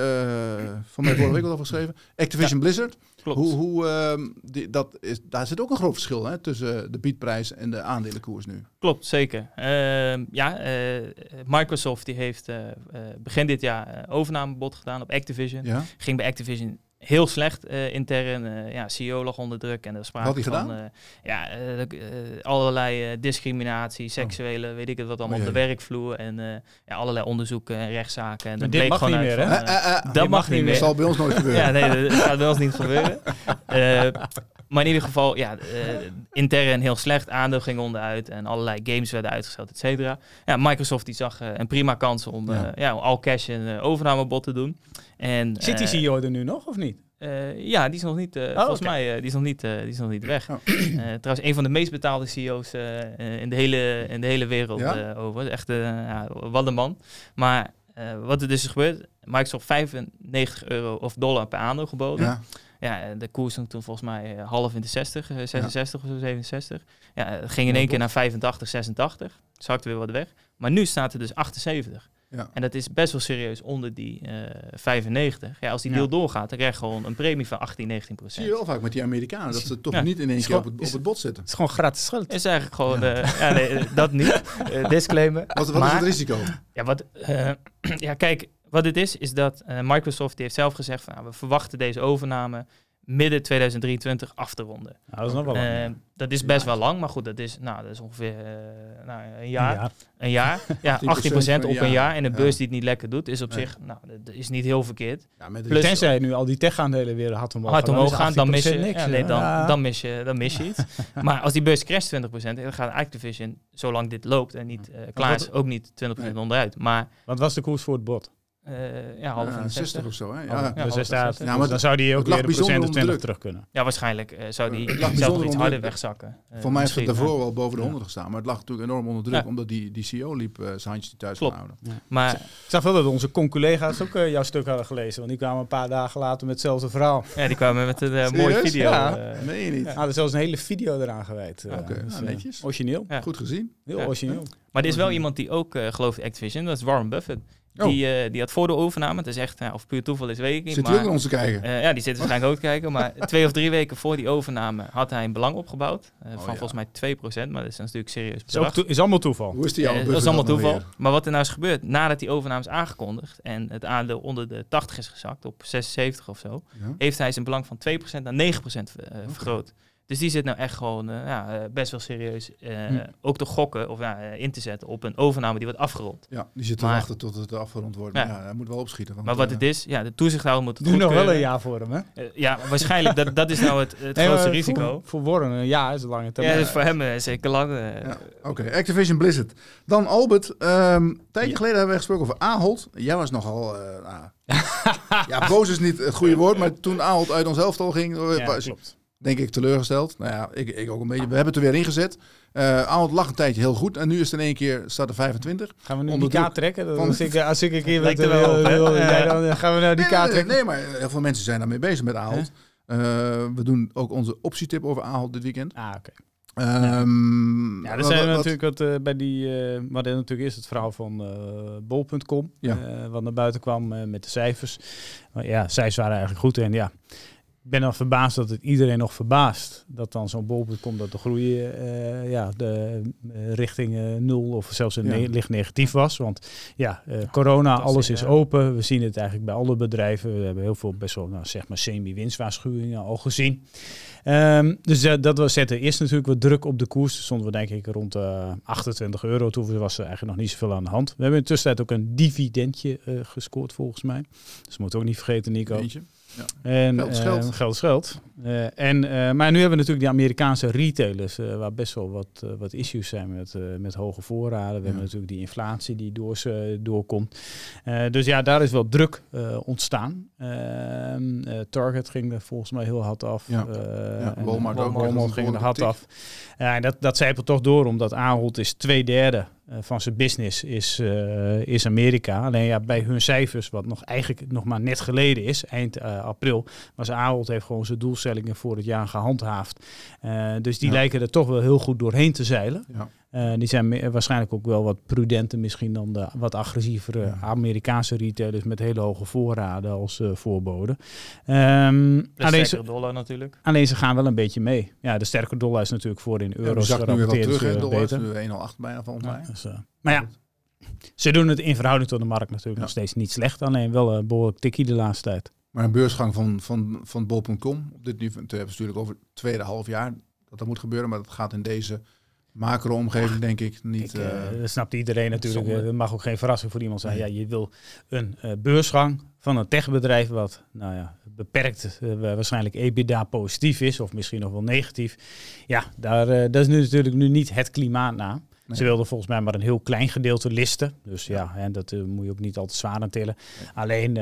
je uh, van mij vorige week al over geschreven. Activision ja. Blizzard. Klopt. Hoe, hoe, uh, die, dat is, daar zit ook een groot verschil hè, tussen de biedprijs en de aandelenkoers nu. Klopt, zeker. Uh, ja, uh, Microsoft die heeft uh, uh, begin dit jaar uh, overnamebod gedaan op Activision. Ja? Ging bij Activision heel slecht uh, intern. Uh, ja, C E O lag onder druk en er sprake Wat had hij van gedaan? Uh, ja, uh, uh, allerlei uh, discriminatie, seksuele, oh. weet ik het wat allemaal oh, op de werkvloer en uh, ja, allerlei onderzoeken en rechtszaken. En dat dit mag niet meer, hè? Van, uh, uh, uh, dat mag niet meer. Dat zal bij ons nooit gebeuren. Ja, nee, dat gaat bij ons niet gebeuren. Uh, maar in ieder geval, ja, uh, intern heel slecht, aandeel ging onderuit en allerlei games werden uitgesteld, et cetera. Ja, Microsoft die zag uh, een prima kans om, uh, ja. Ja, om all cash een uh, overnamebod te doen. En, zit die uh, C E O er nu nog of niet? Uh, ja, die is nog niet, uh, oh, volgens okay. mij, uh, die is nog niet, uh, die is nog niet weg. Oh. Uh, trouwens, een van de meest betaalde C E O's uh, uh, in, de hele, in de hele wereld ja? uh, over. Echt, uh, ja, wat een man. Maar uh, wat er dus is gebeurd, Microsoft vijfennegentig euro of dollar per aandeel geboden. Ja. Ja, de koers stond toen volgens mij uh, half in de zestig, uh, zesenzestig ja. of zo, zevenenzestig. Ja, het ging in één keer naar vijfentachtig, zesentachtig. Zakte weer wat weg. Maar nu staat er dus achtenzeventig. Ja. En dat is best wel serieus onder die uh, vijfennegentig. Ja, als die deal ja. doorgaat, dan krijg je gewoon een premie van achttien, negentien procent. Zie je wel vaak met die Amerikanen, dat ze toch ja. niet in één keer op het, op het bot zitten. Het is gewoon gratis schuld. Het is eigenlijk gewoon, ja. Uh, ja, nee, dat niet. Uh, disclaimer. Wat, wat maar, is het risico? Ja, wat, uh, ja, kijk, wat het is, is dat uh, Microsoft die heeft zelf gezegd van, nou, we verwachten deze overname midden tweeduizend drieëntwintig af te ronden. Nou, dat is nog wel lang. Uh, dat is best wel lang, maar goed, dat is, nou, dat is ongeveer uh, nou, een jaar. Ja. Een jaar. Ja, achttien procent op een jaar. En een beurs ja. die het niet lekker doet, is op nee. zich, nou, dat is niet heel verkeerd. Ja, met Plus, tenzij nu al die tech-aandelen weer hard omhoog, hard omhoog gaan, dan mis je, niks, ja, nee, dan, ja. dan mis je, dan mis je iets. Maar als die beurs crasht twintig procent, dan gaat Activision, zolang dit loopt en niet uh, klaar is, ook niet twintig procent nee. onderuit. Maar wat was de koers voor het bot? Uh, ja, half ja, zestig of zo, hè? Ja, ja, dus, dus, staat, ja, maar dan zou die ook weer een procent of twintig terug kunnen. Ja, waarschijnlijk uh, zou die zelf iets harder wegzakken. Uh, Voor mij heeft het daarvoor ja. wel boven de honderd gestaan, maar het lag natuurlijk enorm onder druk, ja. omdat die, die C E O liep uh, zijn handjes niet thuis kon houden. Ja. Maar ik zag wel dat onze con-collega's ook uh, jouw stuk hadden gelezen, want die kwamen een paar dagen later met hetzelfde verhaal. Ja, die kwamen met een uh, mooie video. Ja, uh, nee, niet. Ja, er is zelfs een hele video eraan gewijd. Uh, Oké, okay, dus, nou, netjes. Uh, origineel. Ja. Goed gezien. Heel ja. origineel. Maar er is wel iemand die ook uh, gelooft Activision, dat is Warren Buffett. Die, oh. uh, die had voor de overname, het is echt, uh, of puur toeval is, weet ik niet. Zit hij ook naar ons te kijken? Uh, ja, die zit waarschijnlijk ook te kijken. Maar twee of drie weken voor die overname had hij een belang opgebouwd. Uh, van oh, ja. volgens mij twee procent, maar dat is natuurlijk serieus bedrag. Is, is allemaal toeval. Hoe is die uh, Dat is allemaal toeval. Weer? Maar wat er nou is gebeurd, nadat die overname is aangekondigd en het aandeel onder de tachtig is gezakt, op zesenzeventig of zo, ja. heeft hij zijn belang van twee procent naar negen procent uh, okay. vergroot. Dus die zit nou echt gewoon uh, ja, best wel serieus uh, hm. ook te gokken of ja, in te zetten op een overname die wordt afgerond. Ja, die zit te maar, wachten tot het afgerond wordt. Maar ja, ja hij moet wel opschieten. Want, maar wat uh, het is, ja, de toezichthouder moet het Doe nog wel een jaar voor hem, hè? Uh, ja, waarschijnlijk. dat, dat is nou het, het nee, grootste risico. Voor, voor Warren een jaar is een lange termijn. Ja, dus voor hem uh, zeker lang. Uh, ja, Oké, okay. Activision Blizzard. Dan Albert. Um, een tijdje ja. geleden hebben we gesproken over Ahold. Jij was nogal... Uh, nou, ja, boos is niet het goede woord, maar toen Ahold uit ons elftal ging... Ja, was, klopt. Denk ik teleurgesteld. Nou ja, ik, ik ook een beetje. We hebben het er weer ingezet. Uh, Ahold lag een tijdje heel goed. En nu is het in één keer staat er vijfentwintig. Gaan we nu die kaart trekken? Van, als, ik, als ik een keer wil, wil, wil ja. dan gaan we nou die nee, kaart trekken. Nee, maar heel veel mensen zijn daarmee bezig met Ahold. Uh, we doen ook onze optietip over Ahold dit weekend. Ah, oké. Okay. Um, ja, er zijn wat, natuurlijk wat uh, bij die, uh, maar dan natuurlijk is het verhaal van uh, bol punt com, ja. uh, wat naar buiten kwam uh, met de cijfers. Maar ja, cijfers waren eigenlijk goed en ja. Ik ben dan verbaasd dat het iedereen nog verbaast dat dan zo'n bol punt com dat de groei uh, ja, de, uh, richting uh, nul of zelfs een ja. ne- licht negatief was. Want ja, uh, corona, alles is open. We zien het eigenlijk bij alle bedrijven. We hebben heel veel best wel, nou, zeg maar, semi-winstwaarschuwingen al gezien. Um, dus uh, dat was, zette eerst natuurlijk wat druk op de koers. Toen stonden we denk ik rond uh, achtentwintig euro. Toen was er eigenlijk nog niet zoveel aan de hand. We hebben in de tussentijd ook een dividendje uh, gescoord volgens mij. Dus we moeten ook niet vergeten, Nico. Eentje. Ja. En, geld is geld. Uh, geld is geld. Uh, en, uh, maar nu hebben we natuurlijk die Amerikaanse retailers, uh, waar best wel wat, uh, wat issues zijn met, uh, met hoge voorraden. We ja. hebben natuurlijk die inflatie die door, uh, doorkomt. Uh, dus ja, daar is wel druk uh, ontstaan. Uh, uh, Target ging er volgens mij heel hard af. Ja. Uh, ja, Walmart ook. Walmart ging er hard tik. af. Uh, en dat, dat zijpelt toch door, omdat Ahold is twee derde uh, van zijn business is, uh, is Amerika. Alleen ja, bij hun cijfers, wat nog eigenlijk nog maar net geleden is, eind uh, april, was Ahold heeft gewoon zijn doelstellingen voor het jaar gehandhaafd. Uh, dus die ja. lijken er toch wel heel goed doorheen te zeilen. Ja. Uh, die zijn me- waarschijnlijk ook wel wat prudenter misschien dan de wat agressievere ja. Amerikaanse retailers met hele hoge voorraden als uh, voorbode. Um, alleen ze, dollar natuurlijk. Alleen ze gaan wel een beetje mee. Ja, de sterke dollar is natuurlijk voor in euro's. Ja, nu weer wat terug in dollar, nu één komma nul acht bijna volgens mij. Ja, dus, uh, maar ja, ze doen het in verhouding tot de markt natuurlijk ja. nog steeds niet slecht. Alleen wel een uh, behoorlijk tikkie de laatste tijd. Maar een beursgang van, van, van bol punt com op dit niveau, te hebben ze natuurlijk over het tweede half jaar dat dat moet gebeuren, maar dat gaat in deze macro-omgeving denk ik niet. Ik, uh, uh, dat snapt iedereen natuurlijk. Het mag ook geen verrassing voor iemand zijn. Nee. Ja, je wil een uh, beursgang van een techbedrijf wat nou ja, beperkt uh, waarschijnlijk EBITDA positief is of misschien nog wel negatief. Ja, daar, uh, dat is nu natuurlijk nu niet het klimaat na. Nee. Ze wilden volgens mij maar een heel klein gedeelte listen. Dus ja, ja en dat uh, moet je ook niet al te zwaar aan tillen. Nee. Alleen,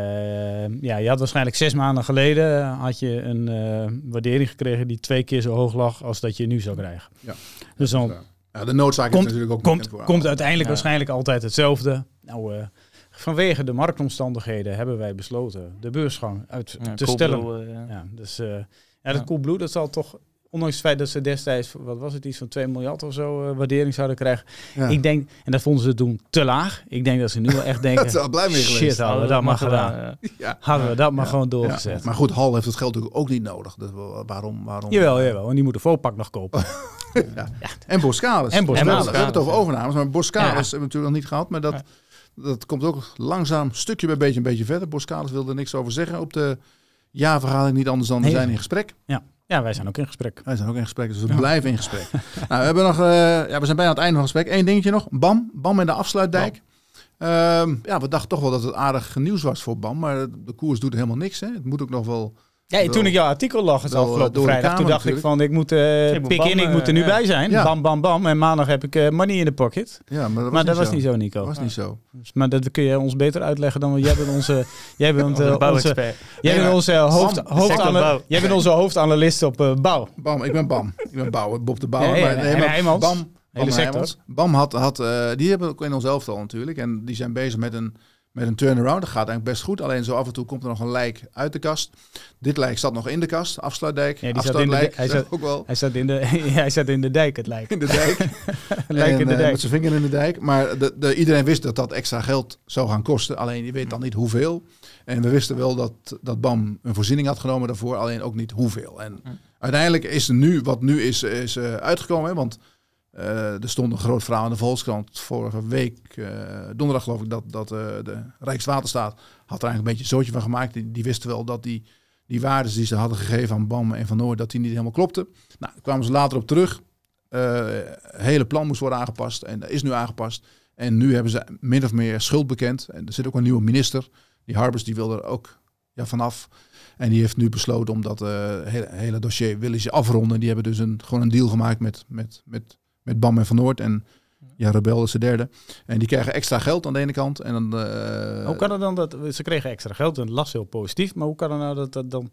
uh, ja, je had waarschijnlijk zes maanden geleden uh, had je een uh, waardering gekregen die twee keer zo hoog lag als dat je nu zou krijgen. Ja. Dus dan ja, de noodzaak komt, is natuurlijk ook komt, komt uiteindelijk ja. waarschijnlijk altijd hetzelfde. Nou, uh, vanwege de marktomstandigheden hebben wij besloten de beursgang uit ja, te cool stellen. Blue, uh, ja. Ja, dus uh, ja, dat ja. Coolblue, dat zal toch, ondanks het feit dat ze destijds, wat was het, iets van twee miljard of zo uh, waardering zouden krijgen. Ja. Ik denk, en dat vonden ze toen te laag. Ik denk dat ze nu wel echt denken, dat is al blij mee geweest. Shit, hadden we dat maar gedaan. gedaan. Ja. Hadden we dat maar ja. gewoon doorgezet. Ja. Maar goed, Hal heeft het geld natuurlijk ook niet nodig. Dus waarom? waarom jawel, jawel. En die moeten Vopak nog kopen. ja. Ja. En Boskalis. En Boskalis. We hebben het over overnames, maar Boskalis ja. hebben we natuurlijk nog niet gehad. Maar dat, ja. dat komt ook langzaam, stukje bij beetje, een beetje verder. Boskalis wilde er niks over zeggen op de jaarvergadering. Niet anders dan we nee. zijn in gesprek. Ja. Ja, wij zijn ook in gesprek. Wij zijn ook in gesprek, dus we ja. blijven in gesprek. nou, we, hebben nog, uh, ja, we zijn bijna aan het einde van het gesprek. Eén dingetje nog. BAM. BAM en de afsluitdijk. Ja. Um, ja, we dachten toch wel dat het aardig nieuws was voor BAM. Maar de koers doet helemaal niks. Hè. Het moet ook nog wel... Ja, en toen ik jouw artikel lag het afgelopen vrijdag, toen dacht natuurlijk. ik van, ik moet uh, pik in, ik moet er nu uh, bij zijn. Ja. Bam, bam, bam. En maandag heb ik uh, money in de pocket. Ja, maar dat was, maar niet, dat zo. was niet zo, Nico. Dat was niet zo. Dus, maar dat kun je ons beter uitleggen dan jij bent onze, jij bent uh, onze, jij bent onze hoofd, hoofdana- jij bent onze hoofdanalist op uh, bouw. Bam, ik ben Bam. Ik ben Bouw, Bob de Bouwer. Ja, ja, ja, maar, nee, maar Bam, Bam, Bam, Bam had, had uh, die hebben ook in ons elftal natuurlijk. En die zijn bezig met een Met een turnaround, dat gaat eigenlijk best goed. Alleen zo af en toe komt er nog een lijk uit de kast. Dit lijk zat nog in de kast, afsluitdijk. Ja, afsluitdijk, hij zat ook wel. Hij zat in de, ja, hij zat in de dijk, het lijk. In de dijk. lijk en, in de uh, dijk. met zijn vinger in de dijk. Maar de, de, iedereen wist dat dat extra geld zou gaan kosten. Alleen je weet dan niet hoeveel. En we wisten wel dat, dat BAM een voorziening had genomen daarvoor. Alleen ook niet hoeveel. En hm. uiteindelijk is er nu, wat nu is, is uh, uitgekomen. Hè, want Uh, er stond een groot verhaal in de Volkskrant vorige week, uh, donderdag geloof ik, dat, dat uh, de Rijkswaterstaat had er eigenlijk een beetje een zootje van gemaakt. Die, die wisten wel dat die, die waardes die ze hadden gegeven aan BAM en Van Noord, dat die niet helemaal klopten. Nou, daar kwamen ze later op terug. Uh, het hele plan moest worden aangepast en dat is nu aangepast. En nu hebben ze min of meer schuld bekend. En er zit ook een nieuwe minister, die Harbers, die wil er ook ja, vanaf. En die heeft nu besloten om dat uh, hele, hele dossier willen ze afronden. Die hebben dus een, gewoon een deal gemaakt met... met, met Met BAM en Van Noord en ja, Rebel is de derde. En die krijgen extra geld aan de ene kant. En dan, uh, hoe kan het dan dat ze kregen extra geld en las heel positief. Maar hoe kan het nou dat, dat dan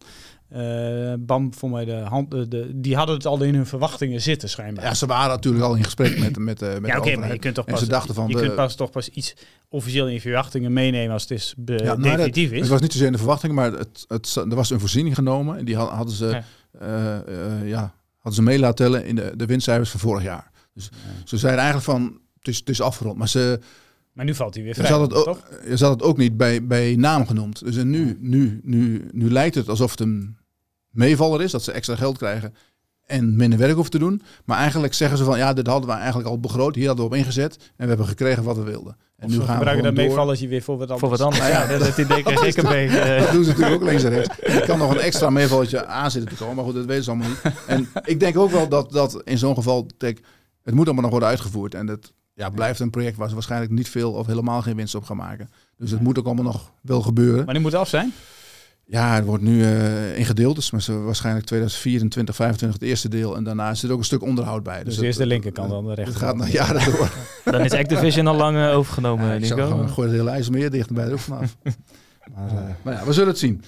uh, BAM voor mij de hand, de, de, die hadden het al in hun verwachtingen zitten schijnbaar. Ja, ze waren natuurlijk al in gesprek met met uh, met ja, de okay, maar je kunt toch en pas, ze dachten van je de, kunt pas toch pas iets officieel in je verwachtingen meenemen als het is be, ja, definitief het, is. Het was niet zozeer in de verwachtingen, maar het, het, er was een voorziening genomen en die hadden ze ja, uh, uh, ja hadden ze mee laten tellen in de, de winstcijfers van vorig jaar. Dus ja. Ze zeiden eigenlijk van, het is, het is afgerond. Maar, ze, maar nu valt hij weer vrij, ze had het ook, toch? Ze had het ook niet bij, bij naam genoemd. Dus en nu, nu, nu, nu lijkt het alsof het een meevaller is, dat ze extra geld krijgen en minder werk hoeven te doen. Maar eigenlijk zeggen ze van, ja, dit hadden we eigenlijk al begroot. Hier hadden we op ingezet en we hebben gekregen wat we wilden. En of nu gaan we gebruiken dat meevalletje weer voor wat anders. Voor wat anders, ja. ja dat idee kreeg ik een beetje. Dat doen ze natuurlijk ook links en rechts. Er kan nog een extra meevalletje aan zitten te komen. Maar goed, dat weten ze allemaal niet. En ik denk ook wel dat, dat in zo'n geval... Denk, het moet allemaal nog worden uitgevoerd. En het ja, blijft een project waar ze waarschijnlijk niet veel of helemaal geen winst op gaan maken. Dus het moet ook allemaal nog wel gebeuren. Maar die moet af zijn? Ja, het wordt nu uh, in gedeeltes. Maar ze waarschijnlijk tweeduizend vierentwintig, vijfentwintig het eerste deel. En daarna zit ook een stuk onderhoud bij. Dus, dus eerst de linkerkant, dan de rechterkant. Het gaat naar jaren door. Dan is Activision al lang uh, overgenomen, ja, ik Nico. Gewoon, gooi het hele IJsselmeer dicht bij er ook vanaf. maar, uh, maar ja, we zullen het zien.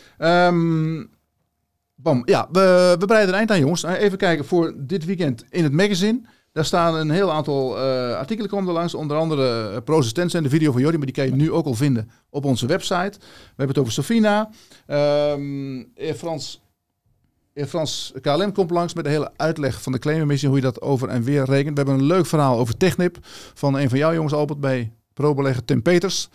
Um, Bam, ja, we, we breiden een eind aan, jongens. Even kijken voor dit weekend in het magazine. Daar staan een heel aantal uh, artikelen komen er langs. Onder andere uh, Prosistens en de video van Jordi. Maar die kan je nu ook al vinden op onze website. We hebben het over Sofina. Um, Air France, Air France K L M komt langs met de hele uitleg van de claimemissie. Hoe je dat over en weer rekent. We hebben een leuk verhaal over Technip. Van een van jouw jongens, Albert, bij pro-belegger Tim Peters.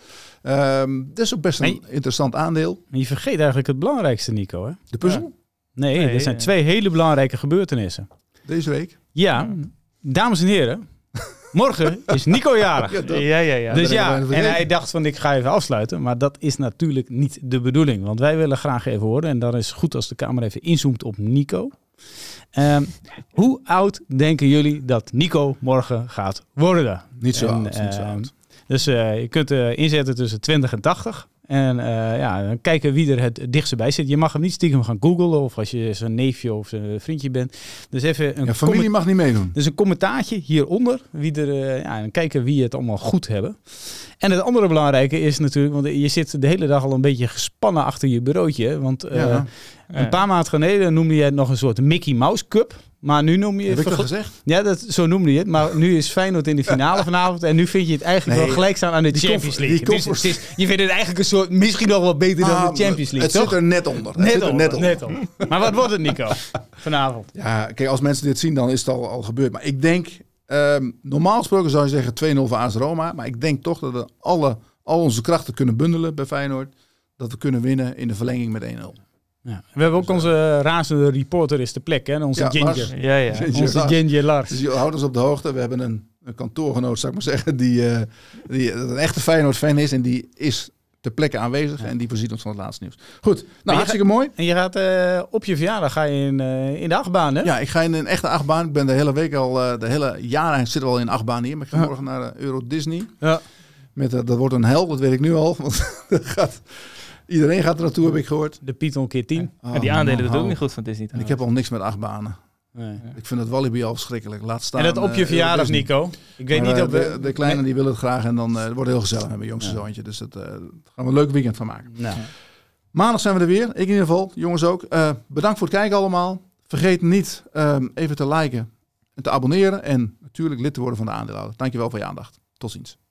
Um, dat is ook best een nee. interessant aandeel. Maar je vergeet eigenlijk het belangrijkste, Nico. Hè? De puzzel? Ja. Nee, nee, er zijn ja. twee hele belangrijke gebeurtenissen. Deze week? Ja, dames en heren. Morgen is Nico jarig. Ja, ja, ja, ja. Dus ja, en hij dacht van ik ga even afsluiten. Maar dat is natuurlijk niet de bedoeling. Want wij willen graag even horen. En dan is het goed als de camera even inzoomt op Nico. Um, hoe oud denken jullie dat Nico morgen gaat worden? Niet zo en, oud, niet zo uh, oud. Dus uh, je kunt uh, inzetten tussen twintig en tachtig. En uh, ja, kijken wie er het dichtst bij zit. Je mag hem niet stiekem gaan googlen. Of als je zijn neefje of zijn vriendje bent. Dus even een ja, familie mag niet meedoen. Dus een commentaartje hieronder. Wie er, uh, ja, en kijken wie het allemaal goed hebben. En het andere belangrijke is natuurlijk... Want je zit de hele dag al een beetje gespannen achter je bureautje. Want uh, ja. een paar maanden geleden noemde je het nog een soort Mickey Mouse Cup. Maar nu noem je het... Heb ik dat gezegd? Ja, dat, zo noemde je het. Maar nu is Feyenoord in de finale vanavond. En nu vind je het eigenlijk nee, wel gelijk staan aan de Champions League. Dus, dus, dus, je vindt het eigenlijk een soort... Misschien nog wel beter ah, dan de Champions League, Het toch? zit er net onder. Net, het onder, net, onder. net onder. Maar wat wordt het, Nico? Vanavond. Ja, kijk, als mensen dit zien, dan is het al, al gebeurd. Maar ik denk... Um, normaal gesproken zou je zeggen twee nul voor A S Roma. Maar ik denk toch dat we alle, al onze krachten kunnen bundelen bij Feyenoord. Dat we kunnen winnen in de verlenging met één nul. Ja. We hebben ook dus, onze uh, razende reporter is de plek, hè? Onze ja, Ginger. Ja, ja. Ginger onze Lars. Ginger Lars. Dus je houdt ons op de hoogte. We hebben een, een kantoorgenoot, zou ik maar zeggen, die, uh, die een echte Feyenoord-fan is. En die is ter plekke aanwezig ja. en die voorziet ons van het laatste nieuws. Goed, nou hartstikke ga, mooi. En je gaat uh, op je verjaardag ga je in, uh, in de achtbaan, hè? Ja, ik ga in een echte achtbaan. Ik ben de hele week al, uh, de hele jaren zit al in een achtbaan hier. Maar ik ga ja. morgen naar uh, Euro Disney. Ja. Met, uh, dat wordt een hel, dat weet ik nu al. Want dat gaat... Iedereen gaat er naartoe, heb ik gehoord. De Python keer tien. Oh, en die aandelen doen ook niet goed van Disney. En ik heb al niks met achtbanen. Nee. Ik vind het Walibi al verschrikkelijk. Laat staan. En dat op je uh, verjaardag, Nico. Ik weet maar, niet of uh, de, de kleine nee. die willen het graag. En dan uh, het wordt heel gezellig met mijn jongste ja. zoontje. Dus dat, uh, daar gaan we een leuk weekend van maken. Nou. Maandag zijn we er weer. Ik in ieder geval. Jongens ook. Uh, bedankt voor het kijken allemaal. Vergeet niet um, even te liken en te abonneren. En natuurlijk lid te worden van de aandeelhouder. Dankjewel voor je aandacht. Tot ziens.